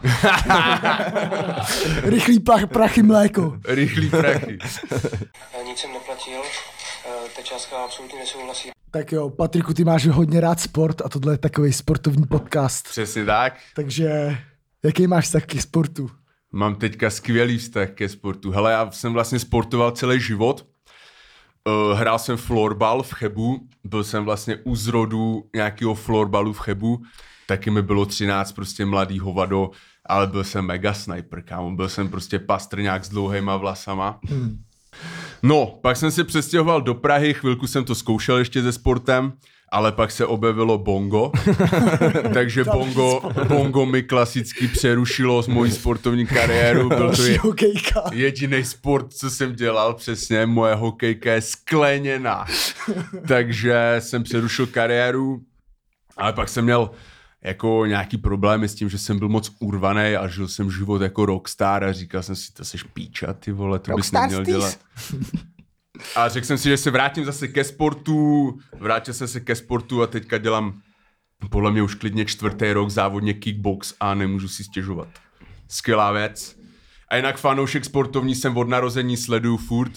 S2: Rychlý prachy mléko.
S3: Rychlý prachy.
S4: Nic jsem neplatil, ta částka absolutně nesouhlasí.
S2: Tak jo, Patriku, ty máš hodně rád sport a tohle je takový sportovní podcast.
S3: Přesně tak.
S2: Takže jaký máš vztah ke sportu?
S3: Mám teďka skvělý vztah ke sportu. Hele, já jsem vlastně sportoval celý život. Hrál jsem florbal v Chebu, byl jsem vlastně u zrodu nějakého florbalu v Chebu, taky mi bylo 13, prostě mladý hovado, ale byl jsem mega sniper, kámo, byl jsem prostě pastrňák s dlouhejma vlasama. No, pak jsem se přestěhoval do Prahy, chvilku jsem to zkoušel ještě se sportem, ale pak se objevilo bongo, takže bongo mi klasicky přerušilo z mojí sportovní kariéru. Byl to jediný sport, co jsem dělal, přesně, moje hokejka je skleněná. Takže jsem přerušil kariéru, ale pak jsem měl jako nějaký problémy s tím, že jsem byl moc urvaný a žil jsem život jako rockstar a říkal jsem si, to seš píča, ty vole, to bys neměl dělat. A řekl jsem si, že se vrátím zase ke sportu, vrátil jsem se ke sportu a teďka dělám podle mě už klidně 4. rok závodně kickbox a nemůžu si stěžovat. Skvělá věc. A jinak fanoušek sportovní jsem od narození, sleduju furt.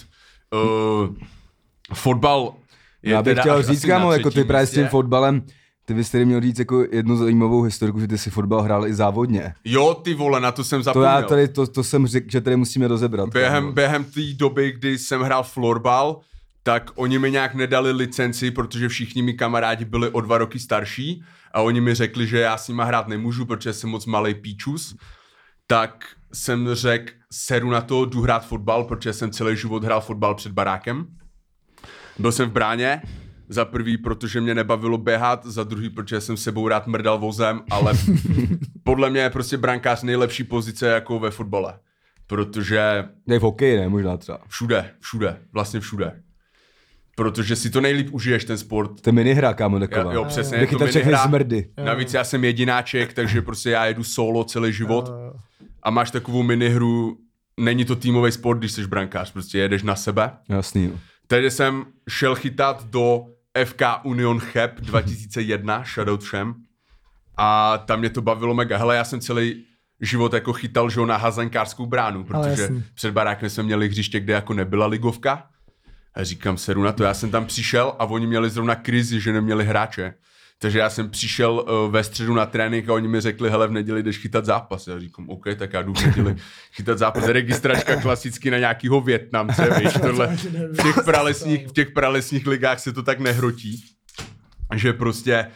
S3: Fotbal je
S1: já bych
S3: teda
S1: chtěl říct, kámo, jako ty právě s tím
S3: místě.
S1: fotbalem, ty bys tedy měl říct jako jednu zajímavou historiku, že ty si fotbal hrál i závodně.
S3: Jo, ty vole, na to jsem zapomněl.
S1: To jsem řekl, že tady musíme rozebrat.
S3: Během té doby, kdy jsem hrál florbal, tak oni mi nějak nedali licenci, protože všichni mi kamarádi byli o 2 roky starší a oni mi řekli, že já s nima hrát nemůžu, protože jsem moc malej píčus. Tak jsem řekl, seru na to, jdu hrát fotbal, protože jsem celý život hrál fotbal před barákem. Byl jsem v bráně, za prvý, protože mě nebavilo běhat, za druhý, protože jsem sebou rád mrdal vozem, ale podle mě je prostě brankář nejlepší pozice jako ve fotbale. Protože...
S1: Ne v hokeji, ne, možná třeba.
S3: Všude, vlastně všude. Protože si to nejlíp užiješ, ten sport.
S1: To je minihra, kámo, taková.
S3: Jo, přesně.
S1: Vychytat všechny smrdy.
S3: Navíc já jsem jedináček, takže prostě já jedu solo celý život. A máš takovou minihru, není to týmový sport, když jsi brankář, prostě jedeš na sebe.
S1: Jasný, jo.
S3: Tedy jsem šel chytat do FK Union Cheb 2001, shoutout všem. A tam mě to bavilo mega. Hele, já jsem celý život jako chytal, že na hazenkářskou bránu, protože před barákem jsme měli hřiště, kde jako nebyla ligovka. A říkám, seru na to, já jsem tam přišel a oni měli zrovna krizi, že neměli hráče. Takže já jsem přišel ve středu na trénink a oni mi řekli, hele, v neděli jdeš chytat zápas. Já říkám, OK, tak já jdu v neděli chytat zápas. Registračka klasicky na nějakýho Vietnamce, víš, tohle. V těch pralesních ligách se to tak nehrotí, že prostě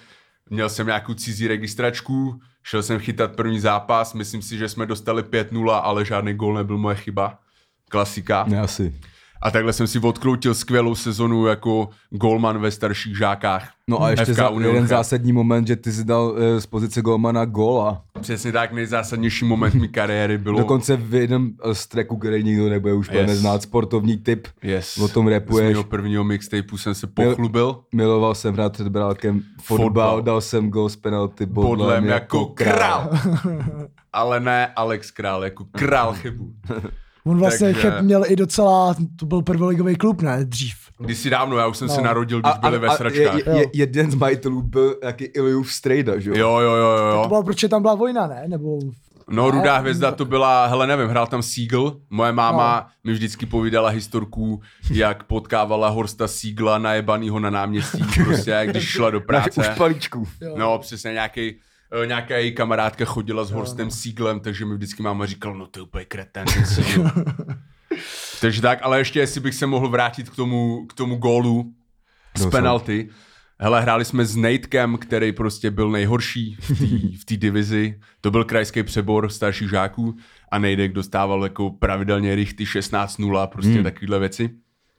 S3: měl jsem nějakou cizí registračku, šel jsem chytat první zápas, myslím si, že jsme dostali 5-0, ale žádný gól nebyl moje chyba. Klasika.
S1: Ne, asi.
S3: A takhle jsem si odkroutil skvělou sezonu jako golman ve starších žákách.
S1: No a ještě jeden zásadní moment, že ty jsi dal z pozice golmana góla.
S3: Přesně tak, nejzásadnější moment mé kariéry bylo.
S1: Dokonce v jednom z tracku, který nikdo nebude už neznát, sportovní tip.
S3: Yes.
S1: O tom rapuješ.
S3: Z mého prvního mixtapeu jsem se pochlubil.
S1: Miloval jsem hrát před Brálkem fotbal, dal jsem gól z penalty
S3: bodlem jako král. Ale ne Alex Král, jako král chybu.
S2: On vlastně měl i docela, to byl prvoligový klub, ne, dřív.
S3: Kdysi dávno, já už jsem se narodil, když byli ve sračkách.
S1: Jeden z majitelů byl jaký Ilijův strejda, že jo?
S3: Jo.
S2: To bylo, proč tam byla vojna, ne? Nebo...
S3: No, Rudá hvězda to byla, hele nevím, hrál tam Siegel. Moje máma mi vždycky povídala historku, jak potkávala Horsta Siegla najebanýho na náměstí, prostě, když šla do práce.
S1: Už palíčku.
S3: No, přesně nějaká její kamarádka chodila s Horstem Sieglem, takže mi vždycky máma říkala, no to je úplně kretén, ten Siegel. Takže tak, ale ještě jestli bych se mohl vrátit k tomu gólu z penalty. Hele, hráli jsme s Natekem, který prostě byl nejhorší v té divizi. To byl krajský přebor starších žáků a Natek dostával jako pravidelně rychty 16-0, prostě takovýhle věci.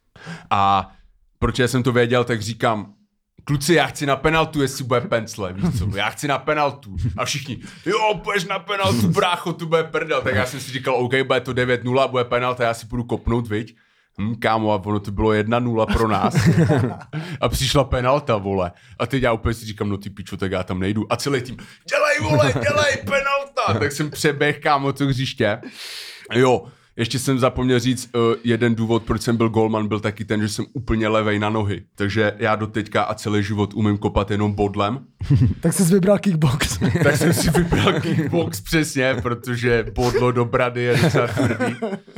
S3: A proč jsem to věděl, tak říkám, kluci, já chci na penaltu, jestli bude pencle, víš co, já chci na penaltu. A všichni, jo, půjdeš na penaltu, brácho, tu bude prdel. Tak já jsem si říkal, OK, bude to 9-0, bude penalta, já si půjdu kopnout, viď. Kámo, a ono to bylo 1-0 pro nás. A přišla penalta, vole. A teď já úplně si říkám, no ty pičo, tak já tam nejdu. A celý tým, dělej, penalta. Tak jsem přeběh, kámo, to hřiště. Jo, ještě jsem zapomněl říct, jeden důvod, proč jsem byl golman, byl taky ten, že jsem úplně levej na nohy. Takže já doteďka a celý život umím kopat jenom bodlem.
S2: Tak jsi vybral kickbox.
S3: Tak jsem si vybral kickbox, přesně, protože bodlo do brady je docela tvrdý.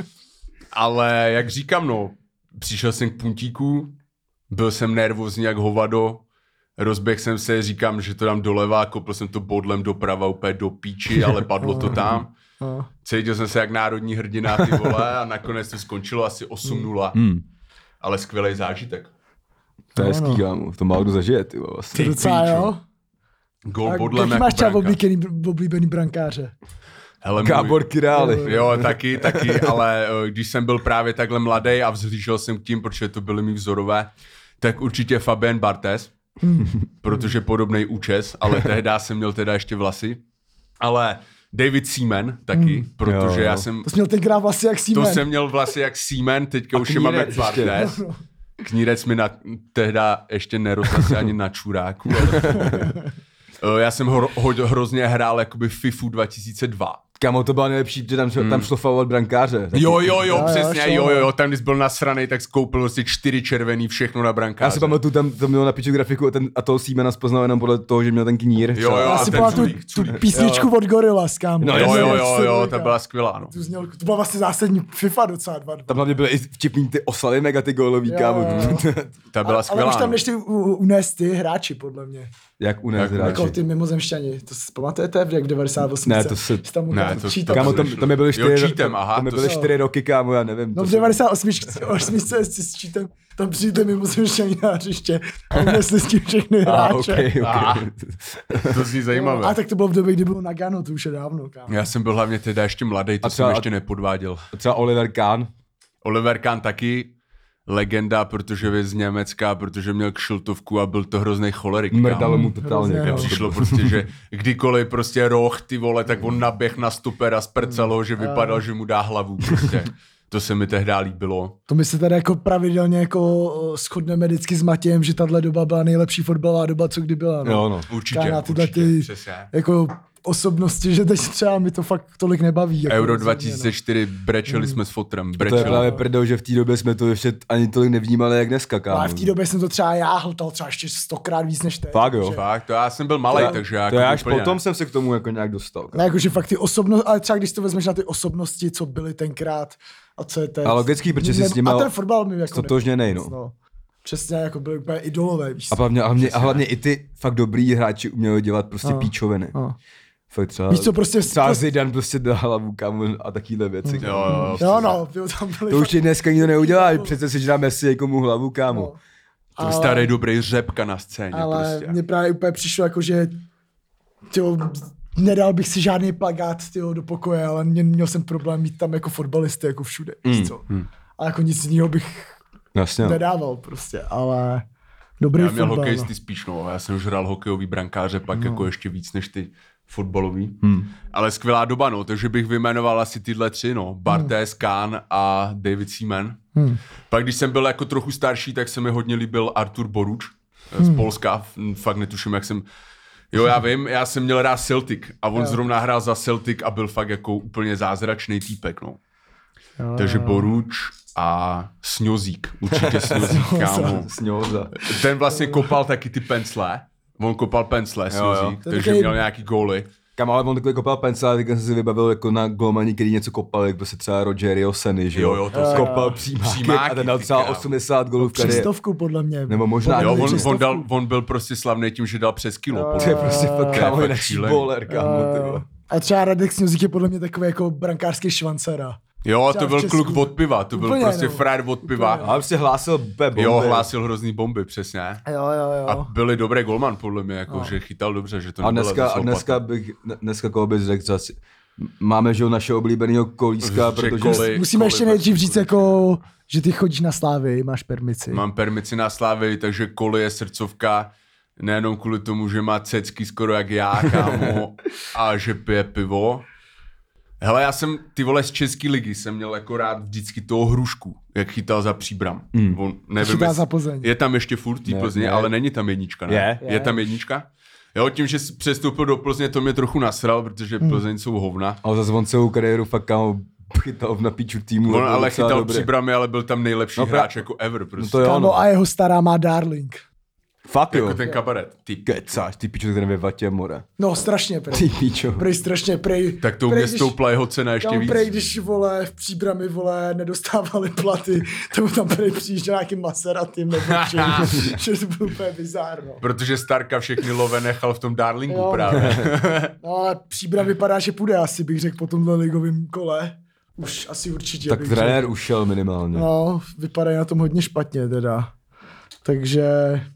S3: Ale jak říkám, no, přišel jsem k puntíku, byl jsem nervózní jak hovado, rozběh jsem se, říkám, že to dám doleva, kopl jsem to bodlem doprava úplně do píči, ale padlo to tam. Cítil jsem se jak národní hrdina, ty vole, a nakonec to skončilo asi 8-0. Ale skvělý zážitek.
S1: To je hezký, kámo, to málo kdo zažije, ty vole.
S2: To docela, jo.
S3: Gól bodlem jako
S2: máš třeba
S3: branka.
S2: oblíbený brankáře?
S3: Hele,
S1: Gábor Király.
S3: Jo, taky, ale když jsem byl právě takhle mladý a vzhlížel jsem k tím, protože to byly mý vzorové, tak určitě Fabien Barthez, protože podobnej účes, ale tehdy jsem měl teda ještě vlasy. Ale David Seaman taky, protože já jsem...
S2: To jsi měl tenkrát vlasy jak Seaman.
S3: To jsem měl vlasy jak Seaman, teďka už je máme Barthez. Knírec mi tehda ještě nerostl asi ani na čuráku. Ale já jsem hrozně hrál jakoby FIFU 2002.
S1: Kámo, to bylo nejlepší, že tam šlo faulovat brankáře.
S3: Jo, přesně, jo, tam když byl nasranej, tak skoupil vlastně 4 červený, všechno na brankáře.
S1: Já si pamatuju, tam to mělo na piču grafiku a toho Seamana spoznal jenom podle toho, že měl ten knír.
S3: Jo,
S2: já si pamatuju tu písničku od Gorillaz, kámo.
S3: No jo, ta byla skvělá, no.
S2: To byla vlastně zásadní FIFA docela 2.
S1: Tam hlavně byly i vtipný ty oslavy mega ty gólový, kámo.
S3: Ta byla skvělá.
S2: Ale už tam nešli unést ty hráči, podle mě.
S1: Jak unést hráči?
S2: Jako ty mimozemšťani, to si pamatujete, jak v 98.
S1: Ne, to se... Kámo, tam byly 4 roky, kámo, já nevím.
S2: No v 98. s čítem, tam přijde mimozemšťani na hřiště a unesli s tím všechny hráče.
S1: Okay.
S3: To zní zajímavé.
S2: A tak to bylo v době, kdy bylo Nagano, to už je dávno, kámo.
S3: Já jsem byl hlavně teda ještě mladý, to jsem ještě nepodváděl.
S1: Třeba Oliver Kahn.
S3: Oliver Kahn taky. Legenda, protože je z Německa, protože měl kšiltovku a byl to hrozný cholerik.
S1: Mrdalo mu totálně.
S3: Přišlo prostě, že kdykoliv prostě roh, ty vole, tak on naběh na stoper a sprcalo, že vypadal, že mu dá hlavu prostě. To se mi tehdy líbilo.
S2: To my se tady jako pravidelně jako shodneme vždycky s Matějem, že tahle doba byla nejlepší fotbalová doba, co kdy byla. No.
S1: Jo, no.
S3: Určitě, přesně.
S2: Jako osobnosti, že teď třeba mi to fakt tolik nebaví. Jako
S3: Euro 2004, brečeli jsme s fotrem.
S1: To je právě prdel, že v té době jsme to ještě ani tolik nevnímali, jak dneska, kámo.
S2: Ale v té době jsem to třeba já hltal třeba ještě 100krát víc než teď.
S1: Fakt jo.
S3: Fakt, to já jsem byl malej, takže já
S1: to
S3: jako
S1: až potom jsem se k tomu jako nějak dostal.
S2: Ne, jakože fakt ty osobnosti, ale třeba když to vezmeš na ty osobnosti, co byly tenkrát a co je teď.
S1: A logický, protože jsi s nimi
S2: a ten fotbal mi jako
S1: stotožněnej, no.
S2: Přesně, jako byly úplně idolové, víš.
S1: A hlavně i ty fakt dobrý hráči uměli dělat prostě píčoviny. Třeba,
S2: víš co, prostě
S1: Zidane prostě dal hlavu, kámo, a takovýhle věci.
S3: Jo,
S2: no, tam byli
S1: to už ti dneska nikdo neudělá, přece si dá Messi někomu hlavu, kámo.
S3: Ale, starý dobrý Řepka na scéně.
S2: Ale
S3: prostě.
S2: mně právě úplně přišlo jako, že nedal bych si žádný plakát do pokoje, ale měl jsem problém mít tam jako fotbalisty, jako všude. A jako nic jiného bych nedával prostě, ale dobrý fotbal.
S3: Já měl hokejisty spíš, no. Já jsem už hrál hokejový brankáře, pak jako ještě víc než ty fotbalový. Ale skvělá doba, no. Takže bych vyjmenoval asi tyhle 3, no. Bartés, Kahn a David Seaman. Pak když jsem byl jako trochu starší, tak se mi hodně líbil Artur Boruč z Polska. Fakt netuším, jak jsem... Jo, já vím, já jsem měl rád Celtic a on zrovna hrál za Celtic a byl fakt jako úplně zázračný týpek, no. Takže Boruč a Sňozík, určitě Sňozík, kámo.
S1: Sňoza.
S3: Ten vlastně kopal taky ty pencle, on kopal pencle, Sňozík, takže měl nějaký góly.
S1: Kam, ale on takový kopal pencel, teď jsem si vybavil jako na golmani, který něco kopal, jak prostě třeba Rogerio Seny, že jo?
S3: To
S1: kopal přímáky a ten dal třeba 80 gólů v kariéře.
S2: 300 podle mě.
S1: Nebo možná.
S3: Jo, on byl prostě slavný tím, že dal přes kilo.
S1: To je prostě fakt kámo jinak bowler, kámo.
S2: A třeba Radek Sňozík je podle mě takový jako brankářský švancera.
S3: Jo, to byl kluk od piva, to byl úplně, prostě frajer od piva.
S1: A prostě hlásil bomby.
S3: Jo, hlásil hrozný bomby, přesně.
S2: Jo.
S3: A byli dobrý golman, podle mě, jako, že chytal dobře, že to
S1: nebylo. A dneska koho bys řekl zase, máme, že našeho oblíbeného Kolíska, protože...
S2: Musíme ještě nejdřív říct, jako, že ty chodíš na Slávy, máš permici.
S3: Mám permici na Slávy, takže Koli je srdcovka, nejenom kvůli tomu, že má cecky skoro jak já, kámo, a že pije pivo. Hele, já jsem, ty vole, z České ligy jsem měl jako rád vždycky toho Hrušku, jak chytal za Příbram. On, nevím,
S2: za Plzeň.
S3: Je tam ještě furt tý Plzně, ale není tam jednička, ne? Je tam jednička? Jo, tím, že přestoupil do Plzně, to mě trochu nasral, protože Plzeň jsou hovna.
S1: Ale zase on celou kariéru fakt kámo chytal na píču týmu.
S3: On ale chytal Příbramy, ale byl tam nejlepší hráč jako ever prostě.
S1: No to jo,
S2: a jeho stará má Darling.
S1: Fakt
S3: jako
S1: jo.
S3: ten kabaret.
S1: Ty kecáš, ty pičo, ten ve vatě, more.
S2: No strašně, prej.
S1: Ty pičo.
S2: Prej strašně, prej.
S3: Tak to u mě stoupla jeho cena ještě víc.
S2: Prej, když, vole, v Příbrami, vole, nedostávali platy, to tam prej přijížděl nějakým Maseratym, nebo že to bylo úplně bizárno.
S3: Protože Starka všechny love nechal v tom Darlingu právě.
S2: No ale Příbram vypadá, že půjde, asi bych řekl po tomhle ligovém kole. Už asi určitě.
S1: Tak trenér ušel minimálně.
S2: No, vypadají na tom hodně špatně teda. Takže...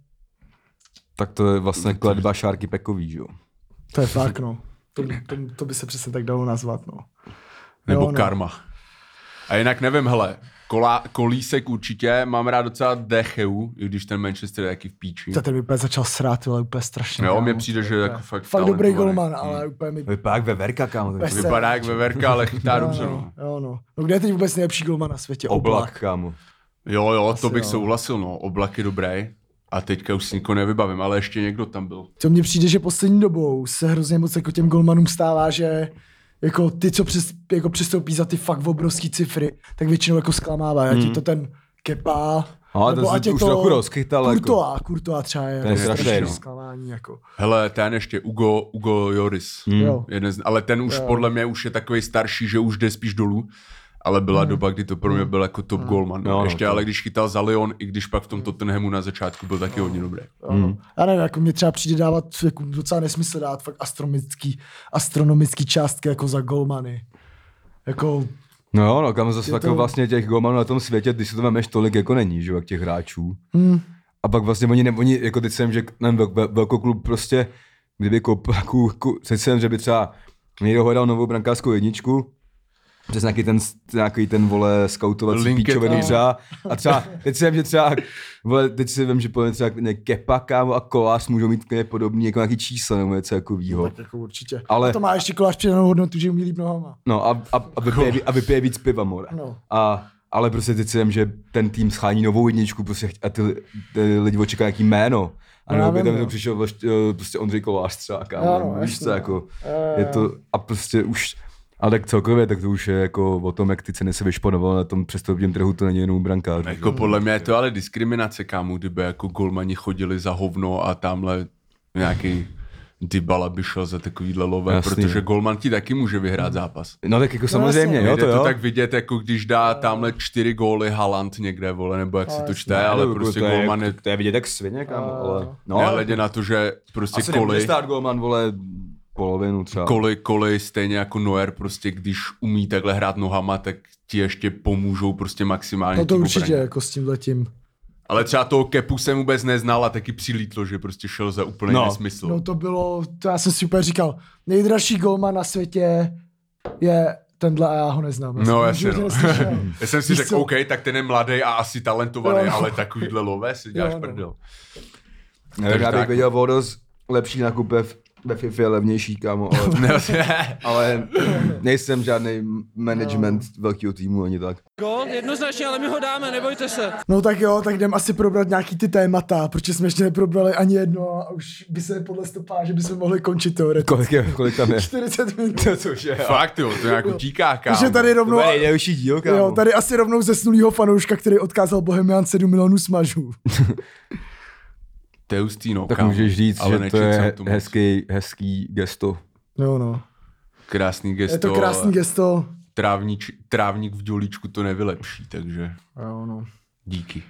S1: Tak to je vlastně kletba Šárky Pekový, že jo?
S2: To je fakt, no. To by se přesně tak dalo nazvat, no.
S3: Nebo jo, karma. A jinak nevím, hele, Kolísek určitě, mám rád docela Decheu, i když ten Manchester je taky v píči.
S2: Ten vypadá začal srát, ale úplně strašně.
S3: Jo, mně přijde, že je jako fakt
S2: dobrý golman, ale úplně mi...
S1: Vypadá jak Veverka, kámo.
S3: Vypadá jak Veverka, ale chytá dobře, no.
S2: Jo, no. No kde je teď vůbec nejlepší golman na světě?
S1: Oblak, kámo.
S3: Jo, to bych souhlasil, no. Oblak je dobrý. A teďka už si nikoho nevybavím, ale ještě někdo tam byl.
S2: To mně přijde, že poslední dobou se hrozně moc jako těm golmanům stává, že jako ty, co jako přistoupí za ty fakt obrovský cifry, tak většinou jako zklamává. Ať je to ten Kepa, nebo ať je to
S1: trochu rozchytal.
S2: Courtois třeba je.
S1: Ten je strašný
S2: zklamání. Jako.
S3: Hele, ten ještě Ugo Joris. Ale ten už podle mě už je takový starší, že už jde spíš dolů. Ale byla doba, kdy to pro mě byl jako top goalman. No, ještě ale když chytal za Lyon, i když pak v tom Tottenhamu na začátku byl taky hodně dobrý.
S2: Já nevím, jako mě třeba přijde dávat jako docela nesmysl dát fakt astronomický částky jako za goalmany. Jako...
S1: No, kam zase jako vlastně těch goalmanů na tom světě, když si to vemeš tolik jako není, že jak těch hráčů. A pak vlastně oni jako teď jsem, že velkoklub prostě, kdyby teď že by třeba někdo hledal novou brankářskou jedničku, přes nějaký ten vole skautovací píčoviny třeba. A třeba, teď si vím, že podle třeba Kepa, kámo a Kolář můžou mít podobný jako nějaký čísla nebo něco takovýho.
S2: Tak jako určitě. Ale... A to má ještě Kolář přidanou hodnotu, že umí líp nohama.
S1: No a vypije víc piva, more. No. Ale prostě teď si vím, že ten tým schání novou jedničku prostě a ty lidi očekají nějaký jméno. A nebo by tam to přišel prostě Ondřej Kolář třeba, kámo. Víš co, jako je to a prostě už... Ale tak celkově, tak to už je jako o tom, jak ty ceny se vyšponoval na tom přestoupním trhu, to není jenom brankář.
S3: Jako podle mě je to ale diskriminace, kámo, kdyby jako golmani chodili za hovno a tamhle nějaký Dybala by šel za takovýhle lové, jasný, protože golman ti taky může vyhrát zápas.
S1: No tak jako samozřejmě, jo, to jo.
S3: To tak vidět, jako když dá tamhle 4 góly Haaland někde, vole, nebo jak si to čte, ale prostě golman je...
S1: To je vidět jak svině, kámo, ale...
S3: Nehledě na to, že prostě
S1: asi nemůže stát golman, vole, polovinu třeba.
S3: Koli stejně jako Neuer, prostě když umí takhle hrát nohama, tak ti ještě pomůžou prostě maximálně.
S2: No to určitě jako s tímhletím.
S3: Ale třeba toho Kepu jsem vůbec neznal a taky přilítlo, že prostě šel za úplný nesmysl.
S2: No to já jsem si úplně říkal, nejdražší golman na světě je tenhle a já ho neznám.
S3: No jasně, no. Já jsem si řekl, OK, tak ten je mladý a asi talentovaný, ale takovýhle lové si děláš prdel.
S1: Nevím, já bych viděl Vodos lepší nákup ve FIFA je levnější, kámo, ale nejsem žádný management velkého týmu ani tak.
S5: Gól, jednoznačně, ale my ho dáme, nebojte se.
S2: No tak jo, tak jdem asi probrat nějaký ty témata, protože jsme ještě neprobrali ani jedno a už by se podle stopá, že bychom mohli končit teoreticky.
S1: Kolik tam je?
S2: 40 minut.
S1: Což je,
S3: fakt jo, to nějak utíká, kámo.
S2: Takže tady rovnou...
S1: To je nejdelší díl, kámo.
S2: Jo, tady asi rovnou zesnulýho fanouška, který odkázal Bohemian 7 milionů smažů.
S3: To je hustý, no,
S1: Tak
S3: kámo.
S1: můžeš říct,
S3: ale
S1: že to je hezký gesto.
S2: Jo, no.
S3: Krásný gesto.
S2: Je to krásný gesto.
S3: Trávník v dělíčku to nevylepší, takže
S2: Jo, no.
S3: díky.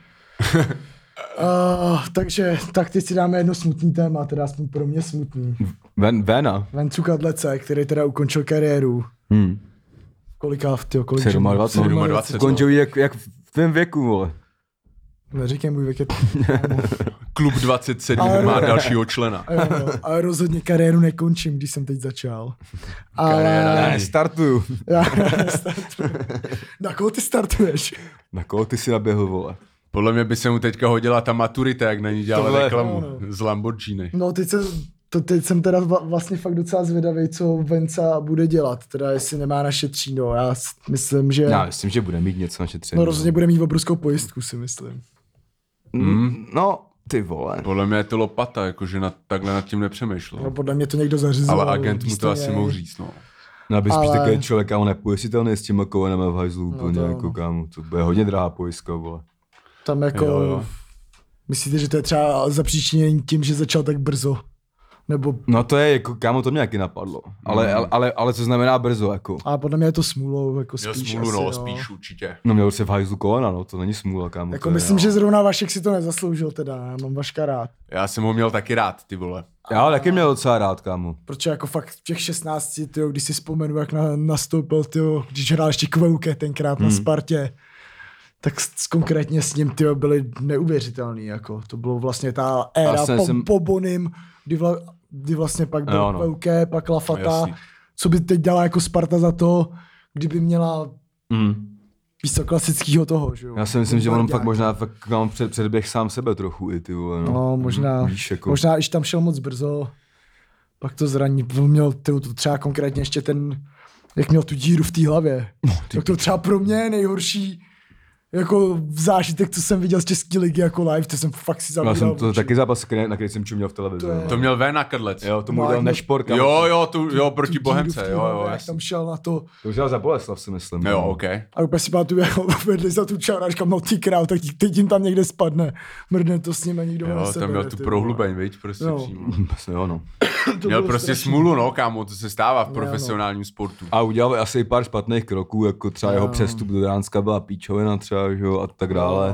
S2: Takže tak teď si dáme jedno smutný téma, teda aspoň pro mě smutný.
S1: Vena.
S2: Vencu Kadlece, který teda ukončil kariéru. Kolika, tyjo, kolik?
S1: 27. Končil jak v tvém věku, vole.
S2: Neříkej, můj věk je...
S3: Klub 27 má dalšího člena.
S2: Ale rozhodně kariéru nekončím, když jsem teď začal.
S1: Já nestartuju.
S2: Já nestartuju. Na koho ty startuješ?
S1: Na koho ty si naběhl, vole?
S3: Podle mě by se mu teďka hodila ta maturita, jak na ní dělala reklamu z Lamborghini.
S2: No teď jsem teda vlastně fakt docela zvědavý, co Venca bude dělat. Teda jestli nemá našetří, no já myslím, že...
S1: Já myslím, že bude mít něco našetření.
S2: No rozhodně bude mít obrovskou pojistku, si myslím.
S1: No, ty vole.
S3: Podle mě je to lopata, jakože takhle nad tím nepřemýšlel.
S2: No podle mě to někdo zařizoval.
S3: Ale agent mu to asi mohl říct, no.
S1: No aby spíš takový člověk, kámo, nepojistitelný s těma Cohenama v hajzlu úplně, jako kámo. To bude hodně drahá pojistka, vole.
S2: Tam jako... Jo. Myslíte, že to je třeba zapříčinění tím, že začal tak brzo? Nebo...
S1: No to je jako, kámo, to mě taky napadlo. Ale co znamená brzo, jako?
S2: A podle mě je to smůlou, jako spíš.
S3: Měl smůlu,
S2: asi,
S3: spíš určitě.
S1: No měl se v hajzlu Kohena, no, to není smůla, kámo.
S2: Jako myslím, že zrovna Vašek si to nezasloužil teda, já mám Vaška rád.
S3: Já jsem ho měl taky rád, ty vole.
S1: Já taky měl docela rád, kámo.
S2: Protože jako fakt v těch 16, tyjo, když si vzpomenu, jak nastoupil, tyjo, když hrál ještě Kvouke tenkrát na Spartě, tak konkrétně s ním, tyjo, byli neuvěřitelný, jako. To bylo vlastně ta éra po Bonim, kdy vlastně pak byl Kvouke, pak Lafata, co by teď dala jako Sparta za to, kdyby měla víc klasického toho, že jo.
S1: Já si myslím, že on fakt možná mám předběh sám sebe trochu i ty vole.
S2: No možná, víš, jako... možná když tam šel moc brzo, pak to zraní, měl třeba konkrétně ještě ten, jak měl tu díru v té hlavě. Tak to třeba pro mě nejhorší jako zážitek, co jsem viděl z české ligy jako live, to jsem fakt si zavíral.
S1: Já jsem to taky zápas, na který jsem čuměl v televizi.
S3: To měl Vena Kadlec.
S1: Jo, to mu dal Nešporka.
S3: Jo, proti Bohemce, jo,
S2: jak tam šel na to.
S1: To už dělal za Boleslav, si myslím.
S3: Jo, OK.
S2: A úplně si pamatuju, jak vedli za tu čáru a říkám, no ty král, tak teď jim tam někde spadne. Mrdne to s ním a nikdo ho nesebere.
S3: Jo, tam měl tu prohlubeň, viď, prostě přímo.
S1: Jo, no.
S3: Měl prostě smůlu, no, kámo, to se stává v profesionálním sportu.
S1: A udělal asi pár špatných kroků, jako třeba jeho přestup do Dánska byla píčovina třeba, že jo, a tak dále.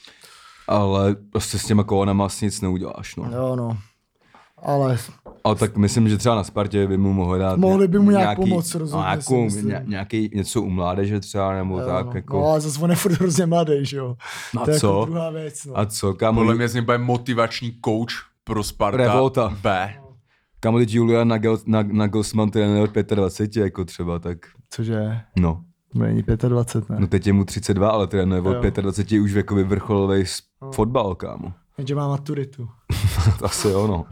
S1: Ale prostě s těma Kohenama asi nic neuděláš, no.
S2: Jo, no. Ale
S1: tak myslím, že třeba na Spartě by mu mohli dát
S2: mohli by mu nějak pomoct, rozhodně.
S1: Nějaký něco u mládeže třeba, nebo tak,
S2: no.
S1: jako.
S2: No, ale zase on je furt hrozně mladý, že jo.
S1: A
S2: to je
S1: co?
S2: jako druhá věc, no.
S1: A co, kámo?
S3: Podle mě z něj bude motivační coach pro Sparta
S1: Revolta.
S3: B.
S1: Kámo, teď Julian Nagelsmann trénuje od 25, jako třeba, tak.
S2: Cože?
S1: No.
S2: Není 25, ne?
S1: No teď je mu 32, ale trénuje od 25 už věkově vrcholový fotbal, kámo.
S2: Jenže má maturitu.
S1: Asi jo, no.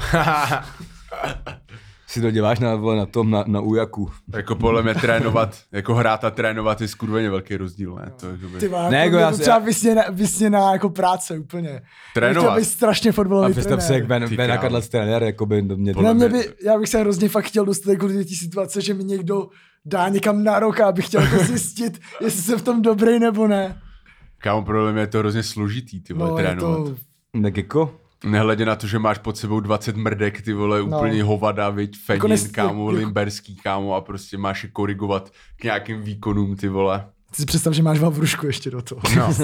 S1: Si to děláš na újaku.
S3: Jako podle mě trénovat, jako hrát a trénovat je skurveně velký rozdíl, ne? To, jakoby...
S2: Ty má, ne, jako to třeba vysněná jako práce úplně.
S3: Trénovat.
S2: Chtěl bych strašně fotbalový trenér.
S1: A představ se, jak Ben Kadlec trenér, jako by mě...
S2: Já bych se hrozně fakt chtěl dostat jako do té situace, že mi někdo dá někam na rok a abych chtěl to zjistit, jestli jsem v tom dobrý nebo ne.
S3: Kámo, podle mě je to hrozně složitý, ty vole, trénovat.
S1: Tak jako...
S3: Nehledě na to, že máš pod sebou 20 mrdek, ty vole, úplně hovada, viď, Fenin, jako kámo, Limberský, kámo, a prostě máš je korigovat k nějakým výkonům, ty vole.
S2: Ty si představ, že máš Vavrušku ještě do toho.
S3: No.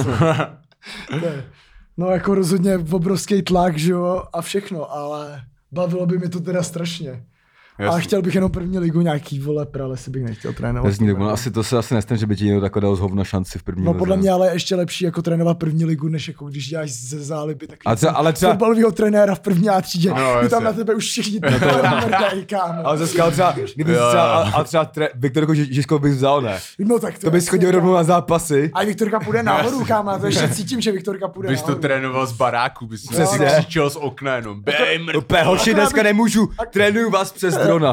S2: No jako rozhodně obrovský tlak, že jo, a všechno, ale bavilo by mi to teda strašně. A chtěl bych jenom první ligu nějaký vole pralesy bych nechtěl trénovat.
S1: Asi to se asi nestane, že by ti někdo takhle dal zhovna šanci v první lize.
S2: No podle mě ale ještě lepší jako trénovat první ligu, než jako když děláš ze záliby takový
S1: ale třeba
S2: fotbalovýho trenéra v první A třídě. No, tam na tebe už všichni mrdají, kámo.
S1: Ale zase třeba, kdyby třeba Viktorku Žižkou bys vzal, ne?
S2: No tak
S1: to bys chodil rovnou na zápasy.
S2: A Viktorka půjde nahoru, kámo, to ještě cítím, že Viktorka půjde
S3: nahoru. Bys to trénoval z baráku, bys si křičel z okna jenom.
S1: Hoši, dneska nemůžu, trénuju vás přes drona.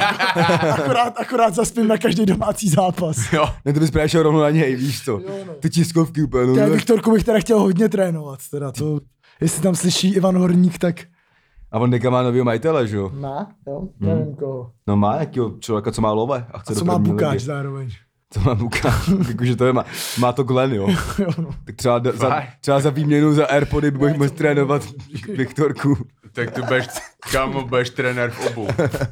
S2: Akorát zaspím na každý domácí zápas.
S3: Jo.
S1: Ne, to bys právě šel rovnou na něj, víš to. Ty tiskovky úplně.
S2: Já Viktorku bych teda chtěl hodně trénovat, teda to, jestli tam slyší Ivan Horník, tak...
S1: A on deka má novýho majitele, že jo?
S2: Má, jo, nevím koho.
S1: No má jakýho člověka, co má love a chce
S2: co má bukáč zároveň.
S1: Co má bukáč, jakože to je, má to Glenn, jo. Tak třeba za výměnu za Airpody budeš moct trénovat Viktorku.
S3: Tak tu budeš trenér v obou.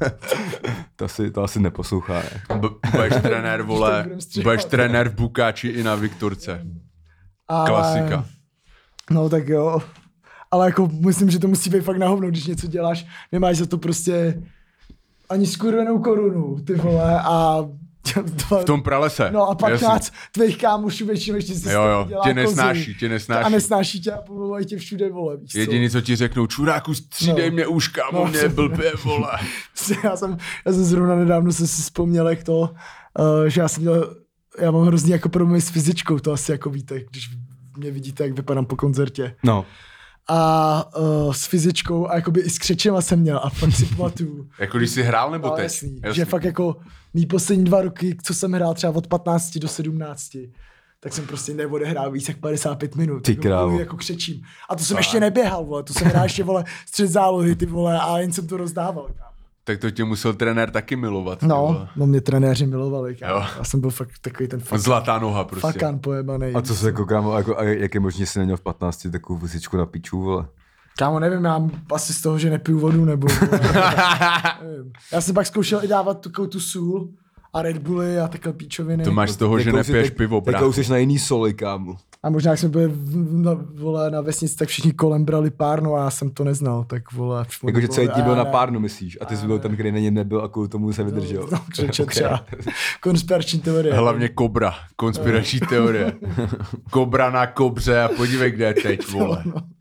S1: To asi neposlouchá, ne?
S3: Budeš trenér, vole, budeš trenér v bukáči i na Viktorce. Klasika.
S2: No tak jo. Ale jako myslím, že to musí být fakt na hovno, když něco děláš, nemáš za to prostě ani skurvenou korunu, ty vole, a...
S3: V tom pralese.
S2: No a 15 tvých kámošů většinou ještě si
S3: jo, tě nesnáší.
S2: A nesnáší tě a pomluvají tě všude, vole, víš co?
S3: Jediný, co ti řeknou, čuráku, střídej mě už, kámo, mě je blbě, vole.
S2: Já jsem zrovna nedávno si vzpomněl, jak to, že já mám hrozný jako problémy s fyzičkou, to asi jako víte, když mě vidíte, jak vypadám po koncertě.
S1: No.
S2: A s fyzičkou a jakoby i s křečema jsem měl a fakt si pamatuju.
S3: Jako když jsi hrál nebo teď?
S2: Jasný. Že fakt jako mý poslední 2 roky, co jsem hrál třeba od 15 do 17, tak jsem prostě neodehrál víc jak 55 minut.
S1: Ty krávo.
S2: Jako křečím. A to jsem ještě neběhal, vole, to jsem hrál ještě, vole, střed zálohy, ty vole, a jen jsem to rozdával.
S3: Tak to tě musel trenér taky milovat.
S2: No mě trenéři milovali, kámo. Já jsem byl fakt takový ten
S3: zlatá noha prostě.
S2: Fakan pojebanej.
S1: A co se jako, kámo, a jak je možné, že jsi neměl v 15 takovou fyzičku na piču, vole?
S2: Kámo, nevím, já asi z toho, že nepiju vodu, nebo nevím. Já jsem pak zkoušel i dávat tu sůl a Red Bully a takhle píčoviny.
S3: To máš z toho, že nepiješ pivo, brácho.
S1: Tak už jsi na jiný soli, kámo.
S2: A možná, jak jsme byli na vesnici, tak všichni kolem brali párnu a já jsem to neznal, tak vole.
S1: Jakože celý tím byl na párnu, myslíš? A ty jsi byl ten, který na něm nebyl a kvůli tomu se vydržel.
S2: No, třeba konspirační teorie.
S3: Hlavně kobra, konspirační teorie. Kobra na kobře a podívej, kde je teď, vole.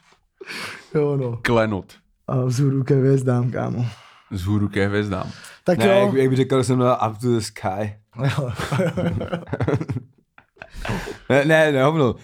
S2: Jo, no.
S3: Klenot.
S2: A vzhůru ke hvězdám, kámo.
S3: Vzhůru ke hvězdám.
S2: Tak
S1: ne,
S2: jo.
S1: Jak by řekl, jsem na Up to the Sky. ne, hovno.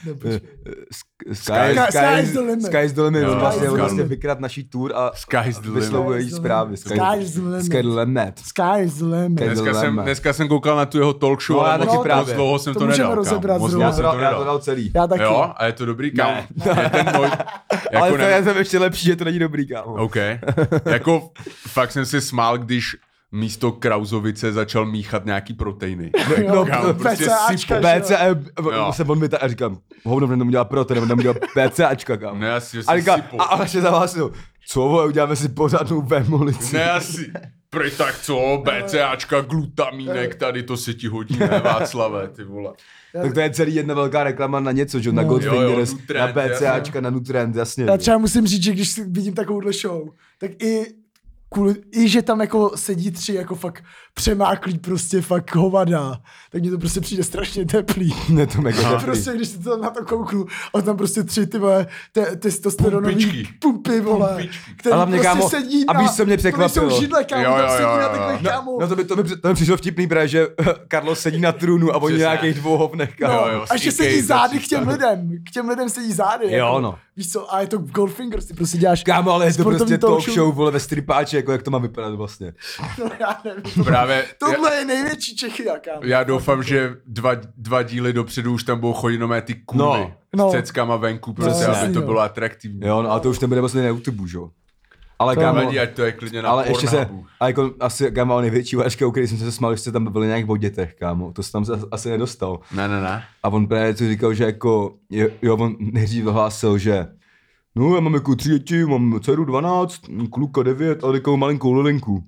S1: Sky's the limit. Vlastně vykrát naší tour a vyslovuje jí zprávy.
S2: Sky's the limit.
S3: Dneska jsem koukal na tu jeho talk show, ale moc dlouho jsem to nedal.
S1: Já to dal celý.
S2: Já taky.
S3: Jo, a je to dobrý, kámo.
S1: Ale to je ještě lepší, že to není dobrý, kámo.
S3: OK. Jako fakt jsem si smál, když místo Krauzovice začal míchat nějaký proteiny.
S2: No, BCAčka,
S1: se on a říkám, hovno, on udělá protein, on udělá BCAčka, kámo.
S3: Ne, asi
S1: a říkám, a ještě zavásil, co vole, uděláme si pořádnou vémolici.
S3: Ne, asi. Prej tak co, BCAčka, glutamínek, tady to se ti hodí, ne, Václave, ty vole.
S1: Tak to je celý jedna velká reklama na něco, že? Na Goldfingers, na BCAčka, na Nutrient, jasně.
S2: Já třeba musím říct, že když vidím takovouhle show, tak i že tam jako sedí 3 jako fakt přemáklí prostě fakt hovada, tak mně to prostě přijde strašně teplý.
S1: Ne, to mega teplý.
S2: Prostě když si to na to kouknu, a tam prostě 3 ty vole testosteronový pumpy, vole, který prostě kámo, sedí
S1: a víš, co mě překvapilo.
S2: Jsou židle, kámo, tam sedí na takových, kámo.
S1: No to mi přišlo vtipný, právě, že Carlos sedí na trůnu a oni nějakých 2 hovnech, kámo.
S2: A ještě sedí zády k těm lidem sedí zády.
S1: Jo, no.
S2: Víš co, a je to Goldfingers, ty prostě děláš.
S1: Kámo, ale je to prostě talk show, vole, ve stripáči, jako jak to má vypadat vlastně.
S2: No já nevím.
S3: Právě,
S2: tohle je největší Čechy, kámo.
S3: Já doufám, že 2 díly dopředu už tam budou chodit nové ty kůly s ceckama venku, prostě, aby to bylo atraktivní.
S1: Jo, no a to už nebude vlastně na YouTube, že jo. Ale kámo,
S3: ať to je klidně na
S1: ale ještě se,
S3: Pornhubu.
S1: a jako asi kámo největší vážka, u který jsem se smál, že jste tam byli nějak o dětech, kámo. To se tam asi nedostal.
S3: Ne.
S1: A on právě to říkal, že jako, jo, on nejdřív vyhlásil, že no, já mám jako 3 děti, mám dceru 12, kluka 9 a takovou malinkou lilinku.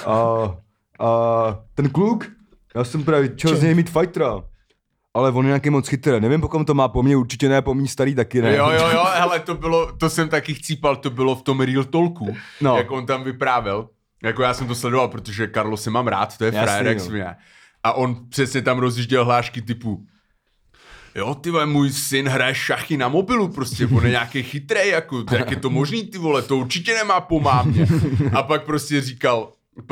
S1: A ten kluk, já jsem právě chtěl z něj mít fightera. Ale on je nějaký moc chytrý, nevím, po kom to má, po mně určitě ne, po mý starý taky ne.
S3: Jo, hele, to jsem taky chcípal, to bylo v tom Real Talku, jak on tam vyprávěl, Jako já jsem to sledoval, protože Carlose mám rád, to je frajer, jak smě. A on přesně tam rozjížděl hlášky typu jo, ty vole, můj syn hraje šachy na mobilu, prostě, on je nějaký chytrej, jako, jak je to možný, ty vole, to určitě nemá po mámě. A pak prostě říkal,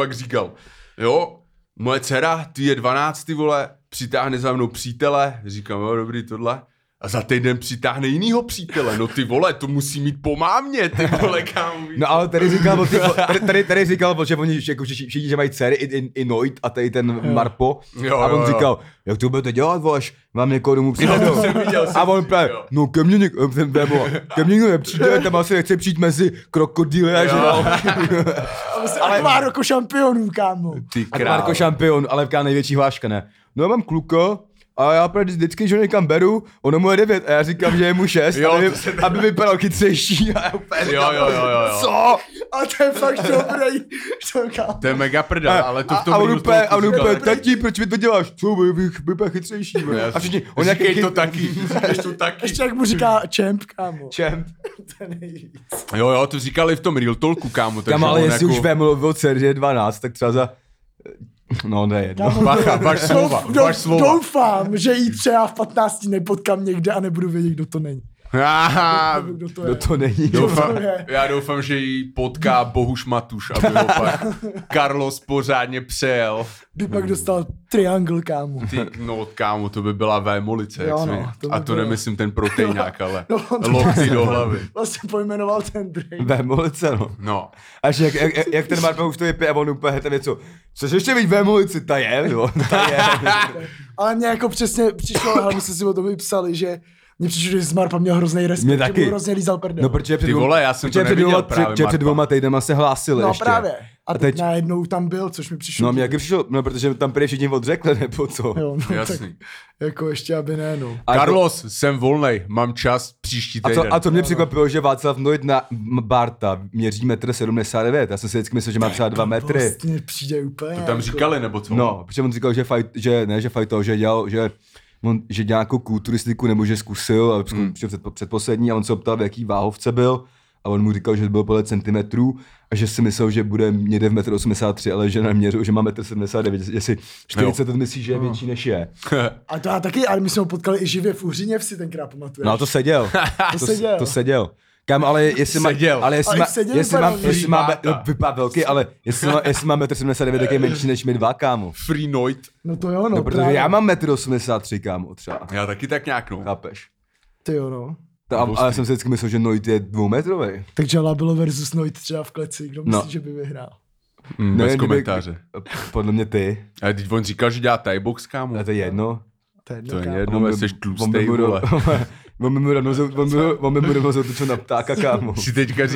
S3: jo, moje dcera, ty je 12, ty vole, přitáhne za mnou přítele, říkám, jo, dobrý, tohle. A za týden přitáhne jinýho přítele, no ty vole, to musí mít po mámě, ty vole, kámo.
S1: No ale tady říkal, že oni jako všichni, že mají dcery, i Noit a tady ten Marpo.
S3: Jo,
S1: a on říkal, jak to budete dělat, vole, mám někoho domů přijde. A on právě, no ke mně někdo nepřijde, tam asi nechce přijít mezi krokodýly a že no.
S2: Ale Marko šampionů, kámo.
S3: Ty král.
S1: Marko šampion, ale jaká největší hláška, ne? No já mám kluka, a já vždycky, že ho někam beru, ono mu je 9 a já říkám, že je mu 6, aby vypadal chytřejší a já úplně říkám, co?
S2: A to je fakt dobrý.
S3: To je mega prdel, ale to v tom
S1: a on úplně, tati, proč mi to děláš? Co, bych chytřejší. A všichni, on
S3: říkej to taky,
S2: Ještě jak mu říká champ, kámo.
S1: Champ.
S2: To je nejvíc.
S3: Jo, to říkali v tom Real Talku, kámo.
S1: Kámo, ale jestli už mluvil o dcer, že je 12, tak třeba za... No, ne jedno.
S3: Bacha, váš slova.
S2: Doufám, že jí třeba v 15 nepotkám někde a nebudu vědět, kdo to není.
S1: Kdo to není.
S3: Já doufám, že jí potká Bohuš Matuš, aby ho pak Carlos pořádně přejel.
S2: By pak dostal triangle, kámo.
S3: No, kámo, to by byla vémolice, jak jsme. A to nemyslím ten proteinák, ale
S2: no,
S3: lokty do hlavy.
S2: Vlastně pojmenoval ten drink.
S1: Vémolice, no. Až jak ten Marpa už to vypije a on úplně tam něco. Což ještě víc vémolici, ta je, no.
S2: Ale mě jako přesně přišlo, hlavně se si o tom vypsali, že mně přišlo, že z Marpa měl hrozný respekt, že mu hrozně lízal prdel.
S1: No, protože
S3: ty vole, já jsem to neviděl právě
S1: před 2 týdnama se hlásili
S2: no,
S1: ještě.
S2: No právě. A teď najednou tam byl, což mi přišlo.
S1: No mě jaký přišlo, no protože tam prý všichni odřekli, nebo co?
S2: Jo, no,
S3: jasný.
S2: Tak, jako ještě, aby ne, no.
S3: Carlos, jsem volnej, mám čas příští týden.
S1: A to mě překvapilo, že Václav Noit na Barta měří 1,79 m. Já jsem si vždycky myslel, že má třeba 2 metry.
S2: Vlastně přijde úplně.
S3: To tam říkali, nebo co?
S1: No, protože on říkal, že dělal nějakou kulturistiku, nebo že zkusil, ale předposlední, a on se optal, v jaký váhovce byl, a on mu říkal, že byl podle centimetrů, a že si myslel, že bude někde v 1,83 m, ale že neměřil, že má 1,79 m, jestli 40 to myslí, že je větší než je.
S2: A to já taky, ale my jsme ho potkali i živě v Uhříněvsi tenkrát, pamatuješ?
S1: No to seděl. To seděl. Kam, ale jestli má, vypadá velký, ale jestli má 1,79 m, tak je menší než my dva, kámo.
S3: Free Noit.
S2: No to jo, no.
S1: No, protože právě. Já mám 1,83 m, kámo, třeba.
S3: Já taky tak nějak, no.
S1: Chápeš?
S2: Ty jo, no.
S1: Ale jsem si vždycky myslel, že Noit je 2metrový.
S2: Takže Labilo versus Noit třeba v kleci, kdo myslí, že by vyhrál?
S3: Bez komentáře.
S1: Podle mě ty.
S3: Ale teď on říkal, že dělá Thai box, kámo.
S1: A to je jedno.
S3: To je jedno, jsi tlustej, vole.
S1: On by mu rovnou zautočil na ptáka, kámo.
S3: Si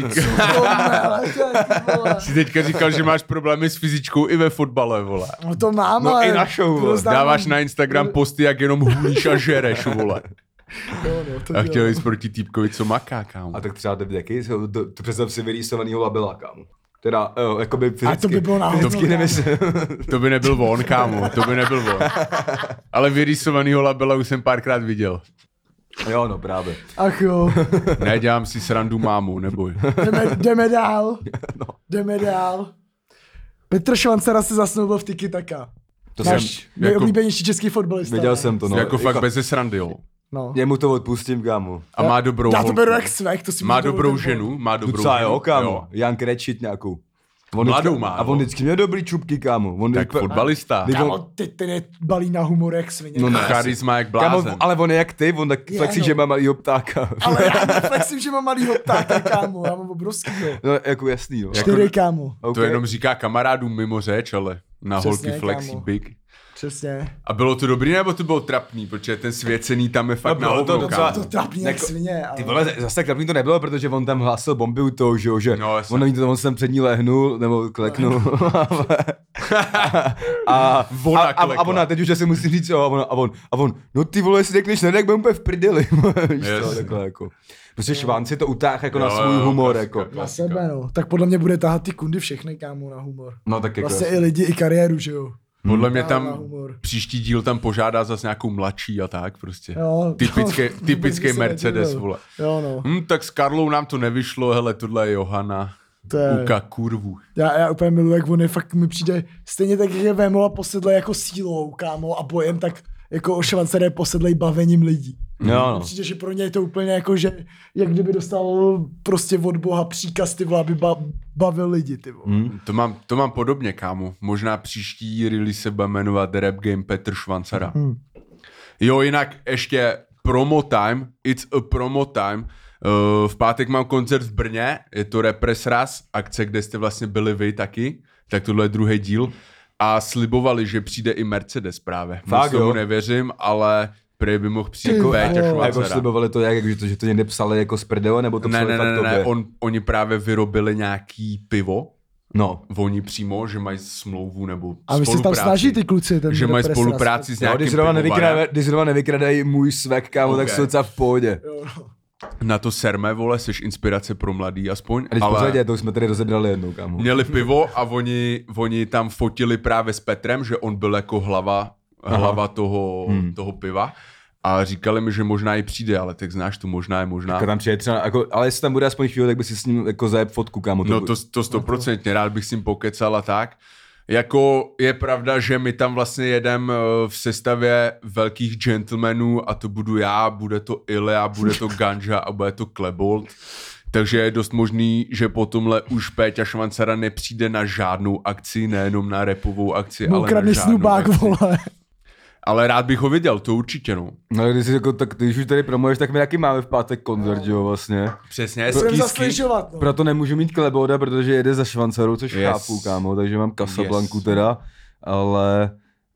S3: teďka říkal, že máš problémy s fyzičkou i ve fotbale, vole.
S2: No to mám,
S1: ale... i na show, vole.
S3: Dáváš na Instagram posty, jak jenom hulíš a žereš, vole. A chtěl jít proti týpkovi, co maká, kámo.
S1: A tak třeba jaký? To představ si vyrýsovanýho Labila, kámo. Teda, jakoby fyzicky.
S2: A to by bylo náhodou.
S3: To by nebyl on, kámo, to by nebyl on. Ale vyrýsovanýho Labila už jsem párkrát viděl.
S1: Jo, no právě.
S2: Ach jo.
S3: Nedělám si srandu mámu, neboj.
S2: Jdeme dál. Petr Švancera se zasnoubil v Tiki Taka.
S1: To
S2: náš nejoblíbenější český fotbalista.
S1: Viděl jsem to, no.
S3: Jako fakt bez srandy, jo.
S2: No.
S1: Jemu to odpustím, kámo.
S3: A má dobrou
S2: Já to beru jak svek, to si
S3: má dobrou ženu, má dobrou
S1: ženu.
S3: Jo,
S1: kámo. Jan Krečit nějakou.
S3: Mladou má.
S1: A on vždycky měl dobrý čupky, kámo.
S3: Tak fotbalista.
S2: Kámo, ten je balí na humor jak svině.
S3: No charisma jak blázen.
S1: Kámo, ale on je jak ty, on tak flexí, že má malýho ptáka.
S2: Ale já neflexím, že mám malýho ptáka, kámo. Já mám obrovskýho.
S1: No, jako jasný, no.
S2: 4, kámo.
S3: To jenom říká kamarádům mimo řeč, ale na holky flexí big.
S2: Přesně.
S3: A bylo to dobrý, nebo to bylo trapný? Protože ten svěcený tam je fakt na hovno,
S2: to trapný jak svině.
S1: Ty vole, zase tak trapný to nebylo, protože on tam hlásil bomby u toho, že no, on jsem před ní lehnul, nebo kleknul. a ona teď už asi musím říct, a on, no ty vole, jestli řekneš ne, tak budeme úplně v prdeli. Takhle jako. Prostě Švánci to utáhl jako na svůj humor, jako.
S2: Na sebe, no. Tak podle mě bude tahat ty kundy všechny, kámo, na humor.
S1: No tak jako.
S2: Vlastně i lidi, i kariéru, že jo.
S3: Podle mě tam příští díl tam požádá zase nějakou mladší a tak prostě.
S2: Jo,
S3: typický Mercedes, vole.
S2: Jo, no.
S3: Tak s Karlou nám to nevyšlo, hele, tohle je Johana.
S2: To je...
S3: Uka kurvu.
S2: Já úplně miluji, jak on je fakt mi přijde stejně tak, jak je Vémola posedlej jako sílou, kámo, a bojem, tak jako Švancer je posedlej bavením lidí.
S1: No.
S2: Přijde, že pro ně je to úplně jako, že jak kdyby dostal prostě od Boha příkaz, ty vole, aby bavil lidi, ty vole.
S3: To mám podobně, kámo. Možná příští release se bude jmenovat Rap Game Petr Švancara. Jo, jinak ještě promo time, it's a promo time. V pátek mám koncert v Brně, je to Repress Raz, akce, kde jste vlastně byli vy taky, tak tohle je druhý díl. A slibovali, že přijde i Mercedes právě. Moc tomu nevěřím, ale prý by mohl přijít Péťa Švancara.
S1: Jako slibovali to jak, že to někde psali jako z prdele, nebo to psali fakt tobě?
S3: Oni právě vyrobili nějaký pivo.
S1: No.
S3: Oni přímo, že mají smlouvu nebo
S2: spolupráci. A vy se tam snaží ty kluci.
S3: Že mají spolupráci s nějakým pivovarem.
S1: Když zrovna nevykradají můj svek, kámo, tak jsou docela v pohodě.
S3: Na to serme, vole, jsi inspirace pro mladý aspoň.
S1: A když pořadě, to jsme tady rozebrali jednou, kámo.
S3: Měli pivo a oni tam fotili právě s Petrem, že on byl jako hlava toho piva. A říkali mi, že možná i přijde, ale tak znáš to, možná.
S1: Jako tam přijde třeba, jako, ale jestli tam bude aspoň chvíli, tak by si s ním jako zajeb fotku, kámo.
S3: No to 100%, rád bych s ním pokecal a tak. Jako je pravda, že my tam vlastně jedem v sestavě velkých gentlemanů a to budu já, bude to Ilya, bude to Ganja a bude to Klebold. Takže je dost možný, že po tomhle už Péťa Švancara nepřijde na žádnou akci, nejenom na rapovou akci, ale na žádnou
S2: snubák,
S3: akci.
S2: Vole.
S3: Ale rád bych ho viděl, to určitě, no.
S1: No, když už tady promuješ, tak my taky máme v pátek koncert, jo, vlastně.
S3: Přesně,
S1: Proto nemůžu mít Kleboda, protože jede za Švancarou, což chápu, kámo, takže mám Casablancu teda, ale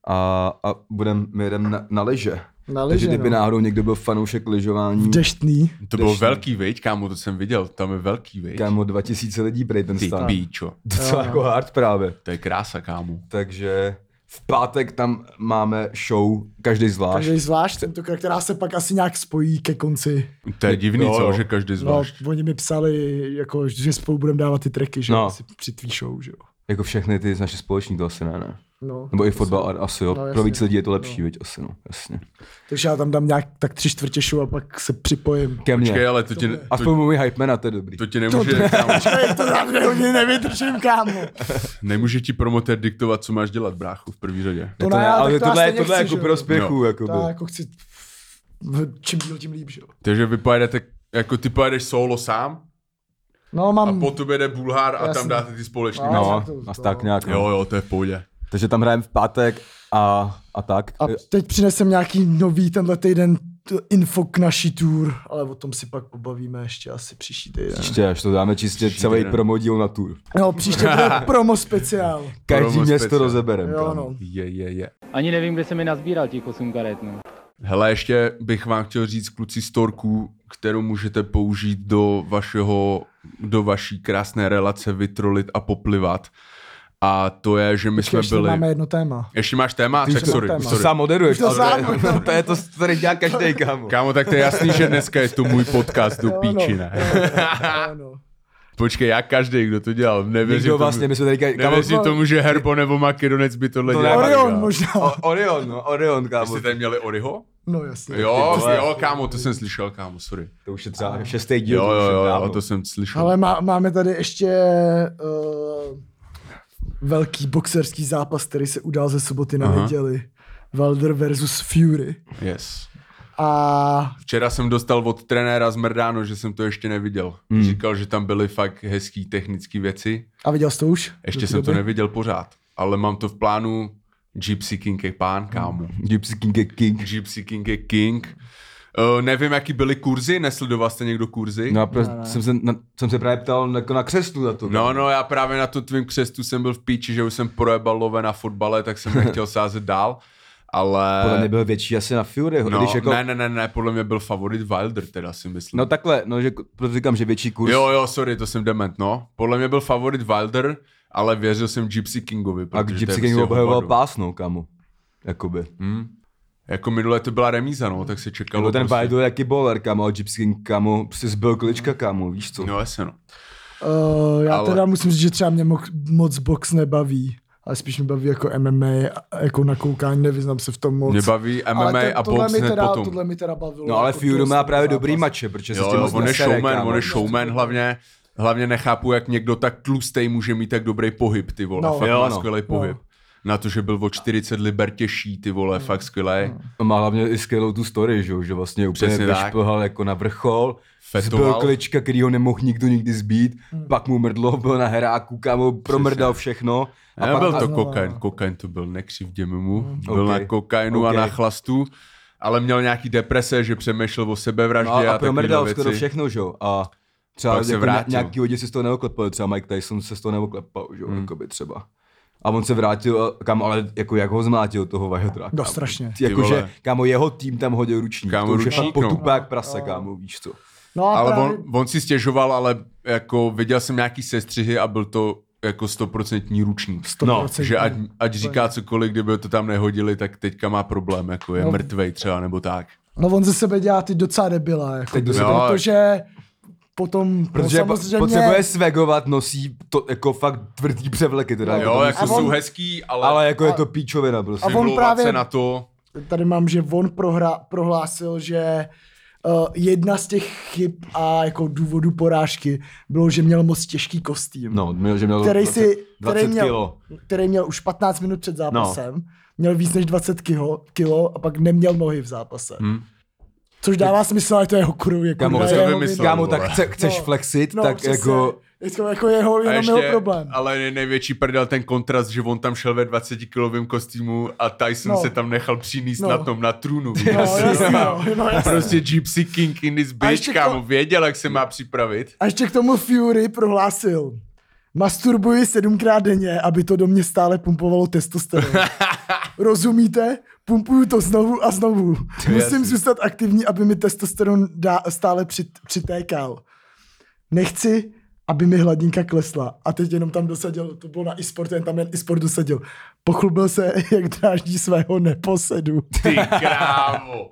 S1: a my jedeme na lyže. Takže kdyby náhodou někdo byl fanoušek lyžování.
S2: V Deštný.
S3: To byl velký vejď, kámo, to jsem viděl, tam je velký vejď.
S1: Kámo, 2000 lidí prej ten stát.
S3: Ty píčo.
S1: Docela jako hard právě.
S3: To je krása, kámo.
S1: Takže v pátek tam máme show, každý zvlášť.
S2: Tentokrát, která se pak asi nějak spojí ke konci.
S3: To je divný, co, že každý zvlášť.
S2: No, oni mi psali, jako, že spolu budeme dávat ty tracky, že asi při tvý show, že jo.
S1: Jako všechny ty naše společní, to asi ne.
S2: No,
S1: nebo i fotbal asi jo, pro víc lidí je to lepší, viď, asi jasně.
S2: Takže já tam dám nějak tak 3/4 show a pak se připojím.
S1: Ke mně.
S3: Počkej, ale to ti...
S1: Aspoň můj hypemana, to je dobrý.
S3: To ti nemůže...
S2: Počkej, to za 2 hodiny nevydržím, kámo.
S3: Nemůže ti promotér diktovat, co máš dělat, bráchu, v první řadě.
S2: To ne,
S1: ale tohle je jako prospěchu, jako
S2: to jako chci... Čím díl, tím líp, že jo.
S3: Takže vy pojedete, jako ty pojedeš solo sám?
S2: No, mám...
S3: A po tobě jde Bulhár a tam dáte ty společní.
S1: No, tak nějak.
S3: Jo, to je v pohodě.
S1: Takže tam hrajeme v pátek a tak.
S2: A teď přinesem nějaký nový tenhle týden info k naší tour, ale o tom si pak pobavíme ještě asi příští týden.
S1: Příště, až to dáme čistě celý promodíl na tour.
S2: No, příště bude promo speciál.
S1: Každý město rozeberem.
S2: Jo, no.
S3: Je.
S6: Ani nevím, kde se mi nazbíral těch 8 karet, no.
S3: Hele, ještě bych vám chtěl říct, kluci, storku, kterou můžete použít do vaší krásné relace, vytrolit a poplivat. A to je, že my jsme byli...
S2: Ještě máme jedno téma.
S3: Ještě máš téma? Tak sorry.
S1: To sám moderuješ.
S2: To
S1: je to, co tady dělá každý, kámo.
S3: Kámo, tak to je jasný, že dneska je to můj podcast do píči, ne?
S2: No.
S3: Počkej, jak každý, kdo to dělal? Nevěřím tomu, že Herbo nebo Makedonec by tohle dělal.
S2: Orion možná.
S1: Orion, kámo.
S3: Jste tady měli Oriho?
S2: No jasně.
S3: Jo, kámo, to jsem slyšel, kámo, sorry.
S1: To už je třeba 6. díl.
S3: Jo, to jsem slyšel.
S2: Ale máme tady ještě velký boxerský zápas, který se udál ze soboty na neděli. Wilder versus Fury.
S3: Yes.
S2: A
S3: včera jsem dostal od trenéra z Mrdáno, že jsem to ještě neviděl. Říkal, že tam byly fakt hezký technické věci.
S2: A viděl jsi to už?
S3: Ještě jsem to neviděl pořád, ale mám to v plánu. Gypsy King je pán, kámo.
S1: Gypsy King je king.
S3: Gypsy King je king. Nevím, jaký byly kurzy, nesledoval jste někdo kurzy?
S1: No jsem se právě ptal jako na křestu na to.
S3: No, já právě na tom tvým křestu jsem byl v píči, že už jsem projebal love na fotbale, tak jsem nechtěl sázet dál. Ale...
S1: Podle mě byl větší asi na Furyho.
S3: No, jako... ne, podle mě byl favorit Wilder, teda si myslím.
S1: No takhle, že proto říkám, že větší kurz.
S3: Jo, sorry, to jsem dement, no. Podle mě byl favorit Wilder, ale věřil jsem Gypsy Kingovi.
S1: A Gypsy King obhajoval pásnou, kámo. Jakoby.
S3: Jako minule to byla remíza, no, tak se čekalo.
S1: Ten Wilder jaký bowler, kámo, a Gypsy King, kámo, prostě zbyl klička, kámo, víš co?
S3: No, jasně, no.
S2: Já teda musím říct, že třeba mě moc box nebaví. Ale spíš mě baví jako MMA, jako na koukání, nevyznám se v tom moc.
S3: Mě baví MMA a box hned potom.
S2: Tohle mi teda bavilo.
S1: No ale Fury má právě dobrý mače, protože se s tím moc
S3: on je showman hlavně. Hlavně nechápu, jak někdo tak tlustej může mít tak dobrý pohyb, ty vole.
S2: No.
S3: Fakt
S1: Jo,
S3: má
S1: no.
S3: skvělý pohyb. Na to, že byl o 40 liber těžší, ty vole, fakt skvělej.
S1: Má hlavně i skvělou tu story, že vlastně úplně
S3: Přesně tak.
S1: vyšplhal jako na vrchol,
S3: Fetoval.
S1: zbyl klička, který ho nemohl nikdo nikdy zbít, pak mu mrdlo, byl na heráku, kámo, promrdal všechno. A
S3: Nebyl
S1: pak,
S3: to kokain to byl, nekřivděme mu. Byl
S1: Okay.
S3: na kokainu a na chlastu, ale měl nějaký deprese, že přemýšlel o sebevraždě
S1: no, a
S3: takovýhle
S1: promrdal
S3: věci.
S1: skoro všechno, že jo. A třeba
S3: Pak se
S1: jako
S3: vrátil.
S1: nějaký lidi si z toho neoklepali, třeba Mike Tyson se z toho neoklepal, že jo, jakoby třeba. A on se vrátil, kámo, ale jako jak ho zmlátil toho Vajodra.
S2: No, strašně.
S1: Jakože,
S3: vole.
S1: kámo, jeho tým tam hodil ručník.
S3: Kámo,
S1: to už je
S3: ručník,
S1: fakt potupák
S3: no.
S1: prase, kámo, víš co.
S2: No a
S3: Ale
S2: právě,
S3: on si stěžoval, ale jako viděl jsem nějaký sestřihy a byl to jako 100% ručník.
S2: 100%.
S3: Že ať říká cokoliv, kdyby to tam nehodili, tak teďka má problém, jako je mrtvej třeba nebo tak.
S2: No on ze sebe dělá ty docela debila, jako,
S1: Teď do sebe-
S2: protože potom,
S1: Protože
S2: no, samozřejmě,
S1: potřebuje svegovat, nosí to jako fakt tvrdý převleky teda.
S3: Jo,
S1: to
S3: jako
S2: a on-
S3: jsou hezký,
S1: ale jako je to píčovina prostě.
S2: A on
S3: vymlouvat
S2: právě-
S3: se na to,
S2: tady mám, že on prohlásil, že jedna z těch chyb a jako důvodu porážky bylo, že měl moc těžký kostým.
S1: No, že měl
S2: který
S1: 20 kilo.
S2: který měl už 15 minut před zápasem, měl víc než 20 kilo a pak neměl nohy v zápase. Což dává smysl, ale to je jeho kurvě.
S1: Kámo,
S2: kurva,
S3: chce
S2: jeho
S3: vymyslet.
S2: vina.
S1: Kámo, tak
S3: vole.
S1: chceš
S2: No,
S1: flexit,
S2: no,
S1: tak
S2: přesně.
S1: jako...
S2: Jenom
S3: a
S2: jeho
S3: ještě,
S2: problém.
S3: ale největší prdel ten kontrast, že on tam šel ve 20-kilovém kostýmu a Tyson
S2: No.
S3: se tam nechal přinést
S2: No.
S3: na trůnu.
S2: No, jasně, no, jasně.
S3: Prostě Gypsy King in this
S2: A ještě
S3: bitch, kámo, věděl, jak se má připravit.
S2: A ještě k tomu Fury prohlásil: masturbuji 7krát denně, aby to do mě stále pumpovalo testosteron. Rozumíte? Pumpuju to znovu a znovu. Musím zůstat aktivní, aby mi testosteron stále přitékal. Nechci, aby mi hladinka klesla. A teď jenom tam dosadil, to bylo na e-sport, jen tam jen e-sport dosadil. Pochlubil se, jak dráždí svého neposedu.
S3: Ty krávo.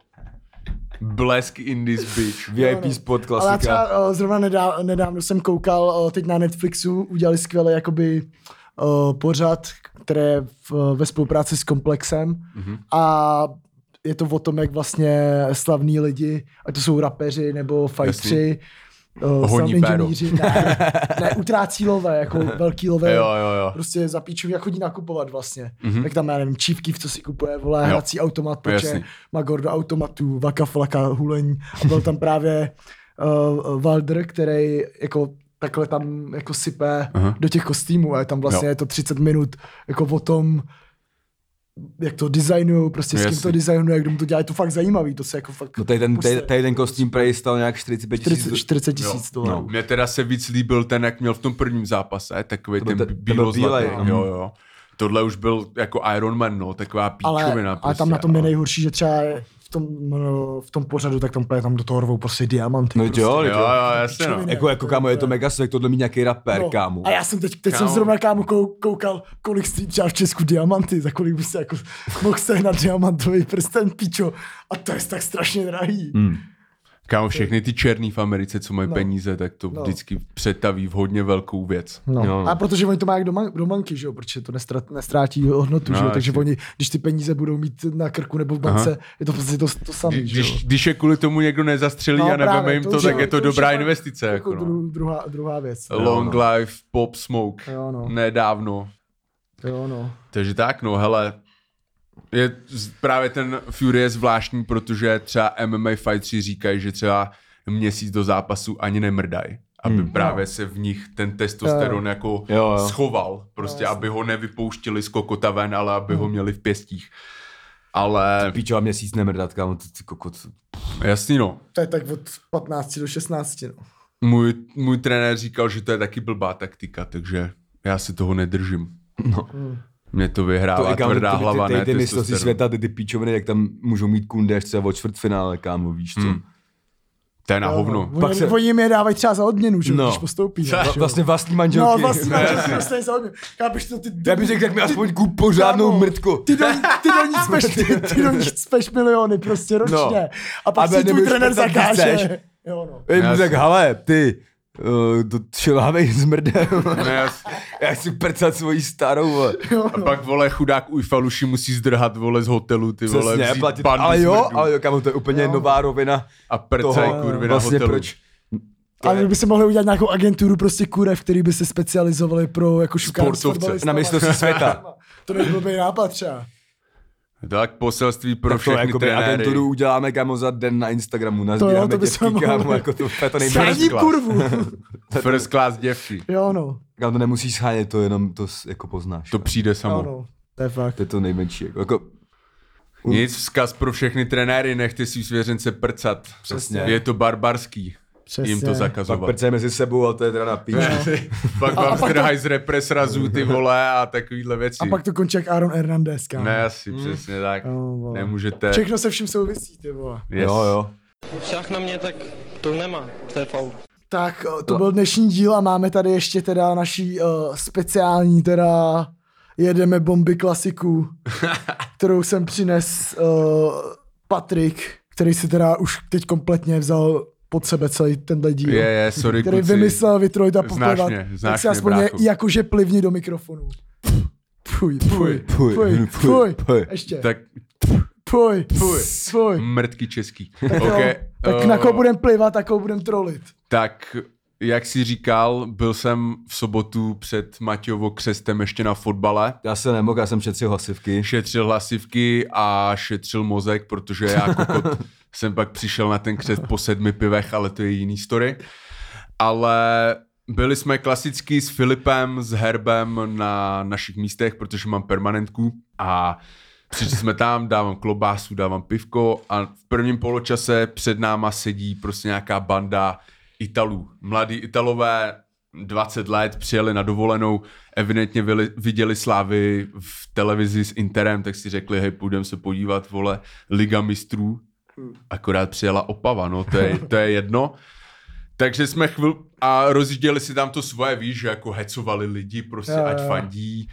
S3: Blesk in this bitch.
S1: VIP spot
S2: Ale já
S1: klasika.
S2: třeba zrovna nedávno jsem koukal, teď na Netflixu udělali skvělý jakoby pořad, které ve spolupráci s Komplexem a je to o tom, jak vlastně slavní lidi, ať to jsou rapeři nebo fightři,
S3: Honí péro.
S2: ne, utrácí lové, jako velký lové,
S3: Jo.
S2: prostě za píču, jak chodí nakupovat vlastně. Tak tam, já nevím, Chief Keef, co si kupuje, vole, hrací automat,
S3: Jasný.
S2: má Gordo automatů, Vaka Flaka, hulení a byl tam právě Walder, který jako takhle tam jako sype do těch kostýmů a je tam vlastně je to 30 minut jako o tom, jak to designujou, prostě s kým to designuje, jak mu to dělá, je to fakt zajímavý, to se jako fakt...
S1: No tady ten kostým prej stal nějak 45 000.
S2: 40 000 dolarů.
S3: Mně teda se víc líbil ten, jak měl v tom prvním zápase, takový
S1: To byl
S3: ten
S1: ten byl
S3: bílozlatý.
S1: bílej,
S3: Jo. Tohle už byl jako Iron Man, no, taková píčovina.
S2: Ale tam na tom je nejhorší, že třeba v tom pořadu, tak tam do toho rvou prostě diamanty.
S1: No
S2: prostě.
S1: jo,
S3: Jo, jasně, no.
S1: Jako kámo, je to mega svek, tohle mít nějaký rapper, kámo.
S2: A já jsem teď jsem zrovna kámo koukal, kolik stojí třeba v Česku diamanty, za kolik by se jako mohl sehnat diamantový prsten, píčo. A to je tak strašně drahý.
S3: Kámo, všechny ty černý v Americe, co mají peníze, tak to vždycky přetaví v hodně velkou věc.
S2: No.
S1: Jo.
S2: A protože oni to mají do banky, že jo, protože to nestrátí hodnotu, že jo, takže
S3: jasně.
S2: oni, když ty peníze budou mít na krku nebo v bance, je to prostě to samé, že jo.
S3: Když je kvůli tomu někdo nezastřelí
S2: No,
S3: a neveme
S2: právě,
S3: jim
S2: to
S3: to,
S2: už
S3: tak
S2: je-
S3: je to
S2: to už
S3: dobrá
S2: je fakt
S3: investice.
S2: Jako
S3: Jako no.
S2: druhá věc.
S3: Long Life Pop Smoke.
S2: Jo, no.
S3: Nedávno.
S2: Jo, no.
S3: Takže tak, no, hele. Právě ten Fury je zvláštní, protože třeba MMA fightři říkají, že třeba měsíc do zápasu ani nemrdají. Aby právě se v nich ten testosteron jako schoval. Prostě, aby ho nevypouštili z kokota ven, ale aby ho měli v pěstích. Ale
S1: Píčo a měsíc nemrdat, kámo, ty kokot.
S3: jasný, no.
S2: To je tak od 15 do 16, no.
S3: Můj trenér říkal, že to je taky blbá taktika, takže já si toho nedržím.
S1: No.
S3: Mě to vyhrává tvrdá hlava, ne
S1: ty mistrovství
S3: testosteron.
S1: světa, ty píčoviny, jak tam můžou mít kundy až třeba o čtvrtfinále, kámo, víš co.
S3: To je na hovno.
S2: Oni jim je dávají třeba za odměnu, že jo,
S1: No.
S2: když postoupí.
S1: Vlastně vlastní manželky.
S2: No, vlastně manželky dostají za odměnu. Kápeš to, ty...
S1: Já bych řekl, tak mi aspoň kup pořádnou
S2: kámo,
S1: mrtku.
S2: Ty do ní cpeš miliony prostě ročně.
S1: No.
S2: A pak
S1: Ale
S2: si tvůj
S1: nebudeš
S2: trenér
S1: špetat, když chceš.
S2: zakáže. Jo, no.
S1: Ej, mu
S3: Jasně.
S1: tak, hele, ty, to šelhavej zmrde.
S3: Ne,
S1: Já chci prcat svoji starou, vole.
S3: a pak, vole, chudák Ujfaluši musí zdrhat, vole, z hotelu, ty vole,
S1: Přesně,
S3: vzít
S1: platit,
S3: bandu
S1: ale jo,
S3: smrdů
S1: kámo, to je úplně nová rovina
S3: a prcaj,
S1: toho,
S3: kurvy, na
S1: vlastně
S3: hotelu.
S1: proč.
S2: Ale by se mohli udělat nějakou agenturu prostě kurev, který by se specializovali pro jako šukání
S3: Sportovce.
S1: Na mistrovství světa.
S2: To nebyl by nápad třeba.
S3: Tak poselství pro
S1: Tak to
S3: všechny
S1: jako
S3: trenéry.
S1: agenturu uděláme kámo za den na Instagramu,
S2: To
S1: nazbíráme
S2: bychom
S1: děvky, kámo,
S2: mohli.
S1: jako to je
S2: Sádí
S1: nejmenší.
S2: kurvu.
S3: First class děvky.
S2: Jo no.
S1: Kámo, to nemusíš schánět, to jenom to jako poznáš.
S3: To přijde samo.
S2: Jo no. To je fakt.
S1: To je to nejmenší. Jako
S3: Nic, vzkaz pro všechny trenéry, nechte si svěřence prcat.
S1: Přesně.
S3: Je to barbarský.
S2: Přesně.
S3: Jim to
S1: pak
S3: zakazovat.
S1: prcej mezi sebou a to je teda na píč.
S3: Pak vám strhají z represrazů ty vole a takovýhle věci.
S2: A pak to končí jak Aaron Hernandez, kámo.
S3: Ne, asi přesně tak.
S2: Jo, vole.
S3: Nemůžete.
S2: Všechno se vším souvisí, ty vole.
S3: Yes.
S1: Jo.
S5: Však na mě, tak to nemá, to je faul.
S2: Tak to byl dnešní díl a máme tady ještě teda naší speciální teda jedeme bomby klasiku, kterou jsem přines Patrik, který si teda už teď kompletně vzal pod sebe celý tenhle díl.
S3: Je, sorry
S2: který
S3: kluci.
S2: vymyslel vytrojit a poplivat.
S3: Znáš
S2: Tak si
S3: mě,
S2: aspoň
S3: brácho.
S2: jakože plivni do mikrofonu. Fuj. Ještě.
S3: Tak
S2: Fuj.
S3: mrtky český.
S2: Tak,
S3: Okay.
S2: tak na koho budem plivat, tak koho budem trolit.
S3: Tak, jak jsi říkal, byl jsem v sobotu před Matějovo křestem ještě na fotbale.
S1: Já se nemohl, já jsem šetřil hlasivky.
S3: Šetřil hlasivky a šetřil mozek, protože já kokot jsem pak přišel na ten křest po 7 pivech, ale to je jiný story. Ale byli jsme klasicky s Filipem, s Herbem na našich místech, protože mám permanentku a přišli jsme tam, dávám klobásu, dávám pivko a v prvním poločase před náma sedí prostě nějaká banda Italů. Mladí Italové, 20 let, přijeli na dovolenou, evidentně viděli Slávy v televizi s Interem, tak si řekli, hej, půjdeme se podívat, vole, Liga mistrů. Akorát přijela Opava, no, to je jedno. Takže jsme a rozjížděli si tam to svoje, víš, že jako hecovali lidi, prostě ať fandí.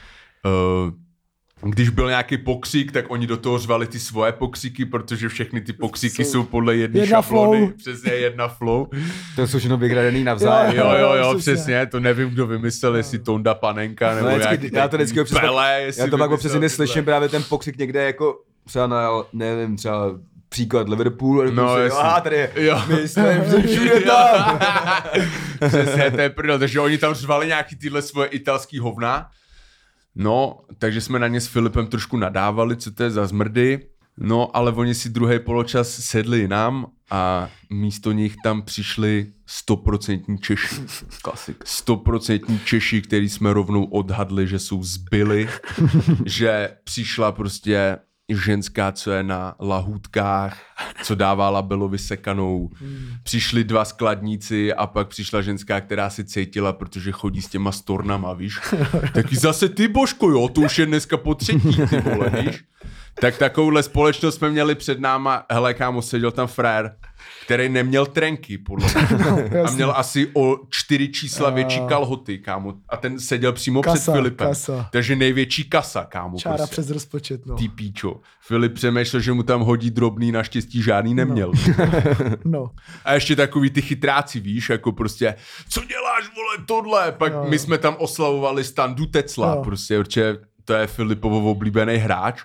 S3: Když byl nějaký pokřik, tak oni do toho řvali ty svoje pokřiky, protože všechny ty pokřiky jsou podle jedné šablony.
S2: Flow.
S3: Přesně jedna flow.
S1: To jsou všechno vygradený navzájem.
S3: Jo, přesně, to nevím, kdo vymyslel, jestli Tonda Panenka, nebo
S1: já to vždycky občas
S3: Pele,
S1: já to pak občas neslyším právě ten pokřik někde jako třeba na, nevím, třeba příklad Liverpool,
S3: no,
S1: tady je,
S3: jo.
S1: my jsme všude tam.
S3: Přesně, to je prdel, takže oni tam řvali nějaký tyhle svoje italský hovna. No, takže jsme na ně s Filipem trošku nadávali, co to je za zmrdy. No, ale oni si druhý poločas sedli nám a místo nich tam přišli 100% Češi.
S1: Klasik.
S3: 100% Češi, který jsme rovnou odhadli, že jsou zbyli, že přišla prostě ženská, co je na lahůdkách, co dává labelovi sekanou. Přišli 2 skladníci a pak přišla ženská, která si cítila, protože chodí s těma stornama, víš. Taky zase ty, Božko, jo, to už je dneska po 3, ty vole, víš. Tak takovouhle společnost jsme měli před náma, hele kámo, seděl tam frér, který neměl trenky, podle mě. A měl asi o 4 čísla větší kalhoty, kámo. A ten seděl přímo před Filipem. Takže největší kasa, kámo.
S2: Čára
S3: prostě.
S2: přes rozpočet, no.
S3: Ty píčo. Filip přemýšlel, že mu tam hodí drobný, naštěstí žádný neměl.
S2: No.
S3: A ještě takový ty chytráci, víš, jako prostě, co děláš, vole, tohle? Pak my jsme tam oslavovali Standu Tecla, prostě, určitě to je Filipovo oblíbený hráč.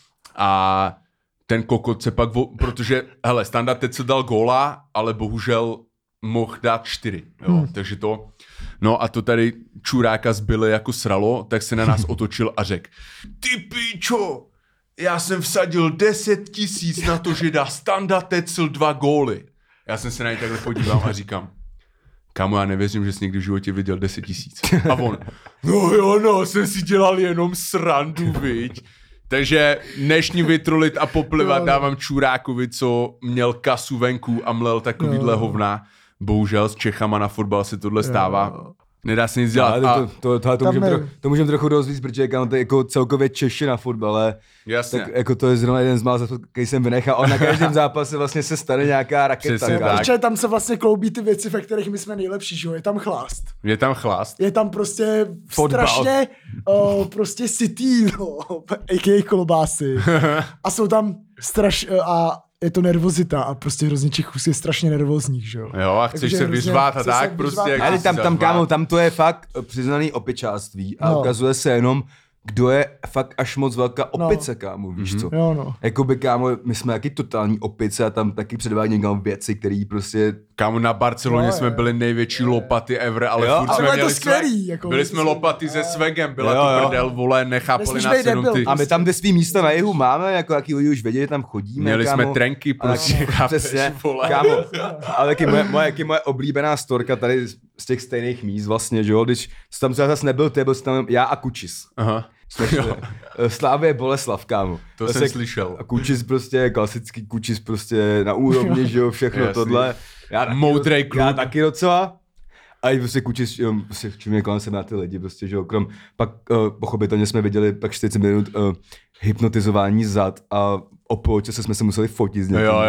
S3: A ten kokot se pak, protože, hele, Standa Tecl dal góla, ale bohužel mohl dát 4, jo, takže to, no a to tady čuráka zbyli jako sralo, tak se na nás otočil a řekl, ty píčo, já jsem vsadil 10 000 na to, že dá Standa Tecl 2 góly. Já jsem se na něj takhle podíval a říkám, kámo, já nevěřím, že jsi někdy v životě viděl 10 000. A on, no jo, no, jsem si dělal jenom srandu, viď. Takže dnešní vytrolit a poplivat dávám čurákovi, co měl kasu venku a mlel takovýhle hovna. Bohužel s Čechama na fotbal se tohle stává. Nedá se nic dělat.
S1: To můžeme trochu rozvíct, protože to je jako celkově Češi na fotbale.
S3: Jasně.
S1: Tak jako to je zrovna jeden z mála, který jsem vynechal. A na každém zápase vlastně se stane nějaká raketa.
S2: Protože tam se vlastně kloubí ty věci, ve kterých my jsme nejlepší, že jo? Je tam chlást.
S3: Je tam chlast.
S2: Je tam prostě
S1: Fotbal.
S2: strašně prostě city, no, a.k.a. klobásy. A jsou tam a je to nervozita a prostě hrozně Čechů je strašně nervózních, že jo.
S3: Jo, a chceš se vyřvát a tak prostě.
S1: Ale tam kámo, tam to je fakt přiznaný opičáctví a ukazuje se jenom kdo je fakt až moc velká opice, kámo, víš co?
S2: Jo, no.
S1: Jakoby, kámo, my jsme taky totální opice a tam taky předvádí někam věci, které prostě...
S3: Kámo, na Barceloně jsme byli největší lopaty ever, ale furt jsme měli
S2: skvělý, jako
S3: byli jsme lopaty se swagem, byla to prdel, vole, nechápali nás jenom ty.
S1: A my tam ty svý místa na jihu máme, jako jaký lidi už věděli, tam chodíme,
S3: měli
S1: kámo.
S3: jsme trenky, prostě, chápeš, vole.
S1: Kámo, ale taky moje oblíbená storka tady z těch stejných míst vlastně, že jo, když tam zase nebyl ty, byl tam já a Kučis.
S3: Aha.
S1: Slávě Boleslav, kámo.
S3: To jsem slyšel.
S1: A Kučis prostě, klasický Kučis prostě na úrovni, že jo, všechno tohle.
S3: Moudrej klub.
S1: Já taky docela. A i prostě Kučis, prostě čím kolem sebe na ty lidi, prostě, že jo, krom, pak pochopitelně jsme viděli pak 40 minut hypnotizování zad a o poločase jsme se museli fotit s někým.
S3: Jo.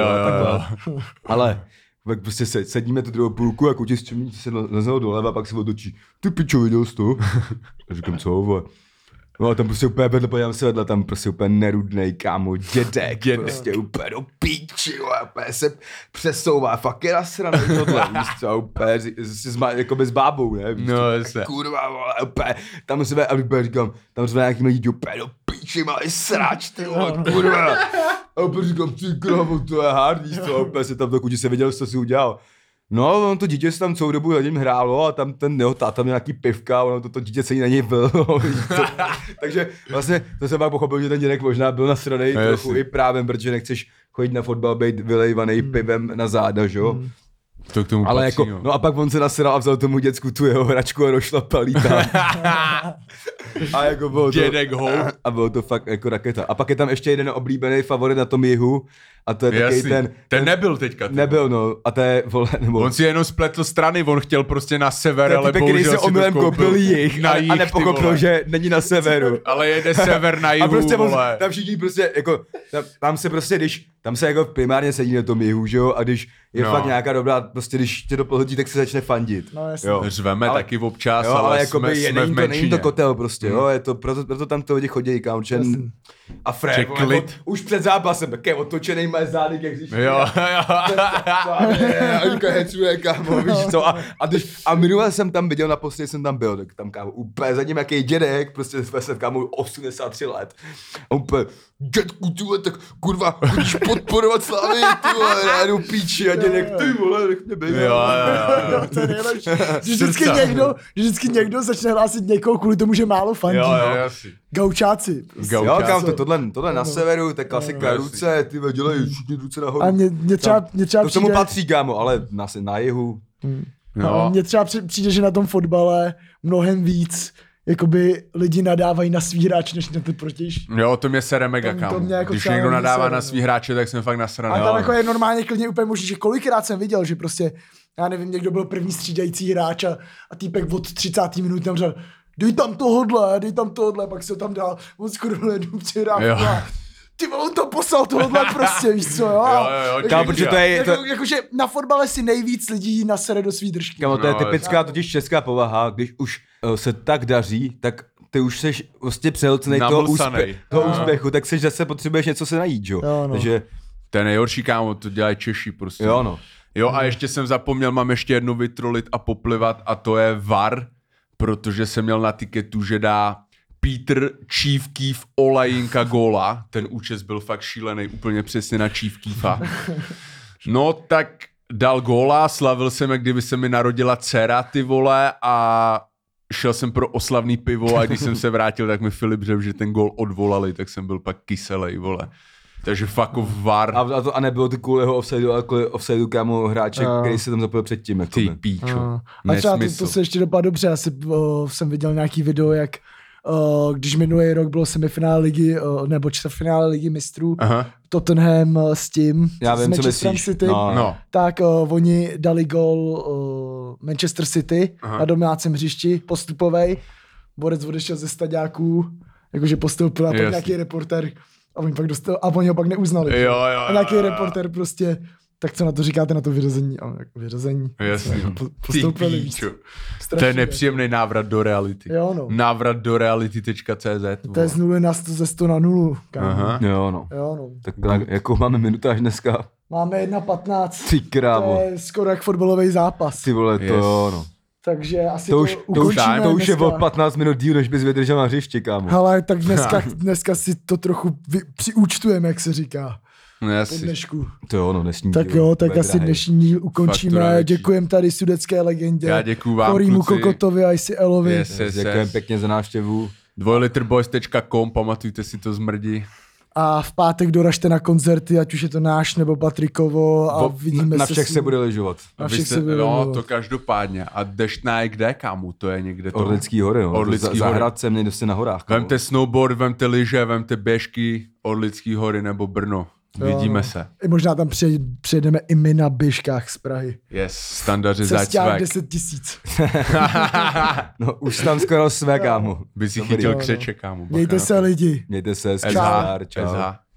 S1: Ale tak prostě sedíme tu druhou půlku a Kučis čím se lezl doleva a pak se otočí. Ty pičo, viděl jsi to? A říkám, co, vole? No a tam prostě úplně vedle, podívám se vedle, tam prostě úplně nerudnej, kámo, dědek, prostě úplně do píči, úplně se přesouvá, fakt je nasranej tohle, víš co, úplně, jako s bábou, ne, víš
S3: no,
S1: co, kurva, vole, úplně, tam se a úplně říkám, tam se nějaký lidi, úplně do píči, malý srač, ty vole, kurva, a úplně říkám, ty krávo, to je hard, víš co, úplně se tam to Kuči se viděl, co si udělal. No, on to dítě se tam celou dobu na něm hrálo a tam ten jeho táta měl nějaký pivka a ono to dítě celý na něj bylo. Takže vlastně to jsem pak pochopil, že ten dědek možná byl nasranej trochu i právě, protože nechceš chodit na fotbal, být vylejvaný pivem na záda, že jo?
S3: To k tomu
S1: ale
S3: patří,
S1: jako, no a pak on se nasral a vzal tomu děcku tu jeho hračku a rošlapal tam. A jako bylo to, a bylo to fakt jako raketa. A pak je tam ještě jeden oblíbený favorit na tom jihu a to je taky
S3: ten nebyl teďka.
S1: Nebyl, no. A to je, vole, nebo...
S3: On si jenom spletl strany, on chtěl prostě na sever, ale bohužel
S1: si to omylem koupil jich a nepochopil, že není na severu.
S3: Ale jede sever na jihu,
S1: a prostě
S3: vole.
S1: Tam všichni prostě, jako, tam se prostě, když, tam se jako primárně sedí na tom jihu, že jo, a když je fakt nějaká dobrá, prostě když tě to pohodí, tak se začne fandit.
S2: No jasně.
S3: Řveme taky občas,
S1: jo,
S3: ale
S1: jsme
S3: v menšině.
S1: Není to kotel prostě, jo, je to, proto tam to lidi chodí, kámočen. A Fred, jako, už před zápasem, tak je otočený mé zády, jak když
S3: Jo.
S1: A říká, hecuje, kámo, víš co, a minule jsem tam viděl, naposledy jsem tam byl, tak tam, kámo, úplně za ním jaký dědek, prostě jsem, kámo, 83 let. A úplně, dědku, ty vole, tak kurva, chodíš podporovat Slávy, ty vole, já jdu píči a dědek, ty vole, nech mě být.
S3: Jo.
S2: To je nejlepší. Vždycky někdo začne hlásit někoho kvůli tomu, že málo fandí.
S3: Jo, jasný.
S2: Gaučáci.
S1: Jo, kámo, tohle na severu, to je klasika, ruce, ty dělají všichni ruce nahoru.
S2: A mě třeba
S1: to tomu patří, kámo, ale na jihu.
S2: No. Mně třeba přijde, že na tom fotbale mnohem víc jakoby lidi nadávají na svý hráče, než na ty protější.
S3: Jo, to mě sere mega, kámo.
S2: Jako
S3: když někdo nadává na svý hráče, tak jsem fakt nasraný.
S2: A tam jako je normálně klidně úplně možný, že kolikrát jsem viděl, že prostě, já nevím, někdo byl první střídající hráč a týpek od 30. minuty tam řekl, dej tam tohodle, pak se ho tam dal, on skoro jednou přihrávku. Ty vole, on to poslal tohle prostě, víš co, jo?
S1: Kámo, protože to je...
S2: Jakože na fotbale si nejvíc lidí nasere do svý držky.
S1: Kámo, to je typická totiž česká povaha, když už se tak daří, tak ty už seš vlastně přehlcenej toho úspěchu, tak seš zase potřebuješ něco se najít, jo? Takže...
S3: To je nejhorší, kámo, to dělají Češi prostě. Jo, a ještě jsem zapomněl, mám ještě jednu vytrolit a poplivat a to je VAR, protože jsem měl na tiketu, že dá Petr Čívkýv Olajinka góla. Ten účes byl fakt šílený, úplně přesně na Čívkýva. No tak dal góla, slavil jsem, jak kdyby se mi narodila dcera, ty vole, a šel jsem pro oslavný pivo a když jsem se vrátil, tak mi Filip řekl, že ten gól odvolali, tak jsem byl pak kyselej, vole. Takže fakt VAR.
S1: A nebylo to kvůli jeho offsideu, ale kvůli offsideu, kámo, hráče, který se tam zapojil předtím. Jako
S3: ty píčo.
S2: A třeba to se ještě dopadlo dobře, já jsem viděl nějaký video, jak když minulý rok bylo semifinále ligy, nebo čtvrtfinále ligy mistrů, Tottenham s tím,
S1: já vím,
S2: s Manchesterem City, tak oni dali gól Manchester City na domácím hřišti, postupovej, borec odešel ze staďáků, jakože postoupil a pak nějaký reportér a oni pak dostal, a oni ho pak neuznali. A nějaký reportér prostě, tak co na to říkáte, na to vyřazení? A jako vyřazení.
S3: Jasně.
S2: Postoupili víc.
S3: To je nepříjemný návrat do reality.
S2: Jo, no.
S3: Návrat do reality.cz.
S2: To je z 0 ze 100 na 0.
S1: Jo, no. Tak jakou máme minutáž dneska?
S2: Máme 1:15.
S1: Ty krávo.
S2: To je skoro jak fotbalový zápas.
S1: Ty vole, to jo, no.
S2: Takže asi
S1: To už
S2: ukončíme
S1: je
S2: dneska.
S1: o 15 minut díl, než bys vydržel na hřišti, kámo.
S2: Hele, tak dneska si to trochu přiúčtujeme, jak se říká.
S3: No
S2: Po
S3: jasně.
S2: dnešku.
S1: To jo, no, dnešní
S2: Tak
S1: díl,
S2: jo, tak
S1: bude
S2: asi
S1: drahej.
S2: dnešní díl
S3: Faktura
S2: ukončíme.
S3: větší.
S2: Děkujem tady sudecké legendě.
S3: Já děkuju vám,
S2: Chorýmu
S3: kluci.
S2: Kokotovi a ICLovi.
S3: Yes.
S1: Děkujem pěkně za návštěvu.
S3: 2litrboys.com, pamatujte si to zmrdí.
S2: A v pátek doražte na koncerty, ať už je to náš nebo Patrikovo a vidíme
S1: Na
S2: se.
S1: všech se bude lyžovat.
S2: Na všech
S3: Abyste-
S2: se bude
S3: no,
S2: lyžovat.
S3: to každopádně. A Deštná je kde, kámo? To je někde to.
S1: Orlický hory, no.
S3: Orlický
S1: Za
S3: hory.
S1: Hradcem, někde si na horách. kámo.
S3: Vemte snowboard, vemte lyže, vemte běžky, Orlický hory nebo Brno. Vidíme se.
S2: I možná tam přijedeme i my na běžkách z Prahy.
S3: Yes, standardy za
S2: Cesták
S3: cvek.
S2: 10 000.
S1: No, už tam skoro své, kámo.
S3: By si
S1: Dobrý,
S3: chytil
S2: jo, no.
S3: křeče, kámo. Bacha
S2: Mějte
S3: na
S2: se
S3: to.
S2: lidi.
S1: Mějte se,
S3: SH,
S1: čau.
S3: SH.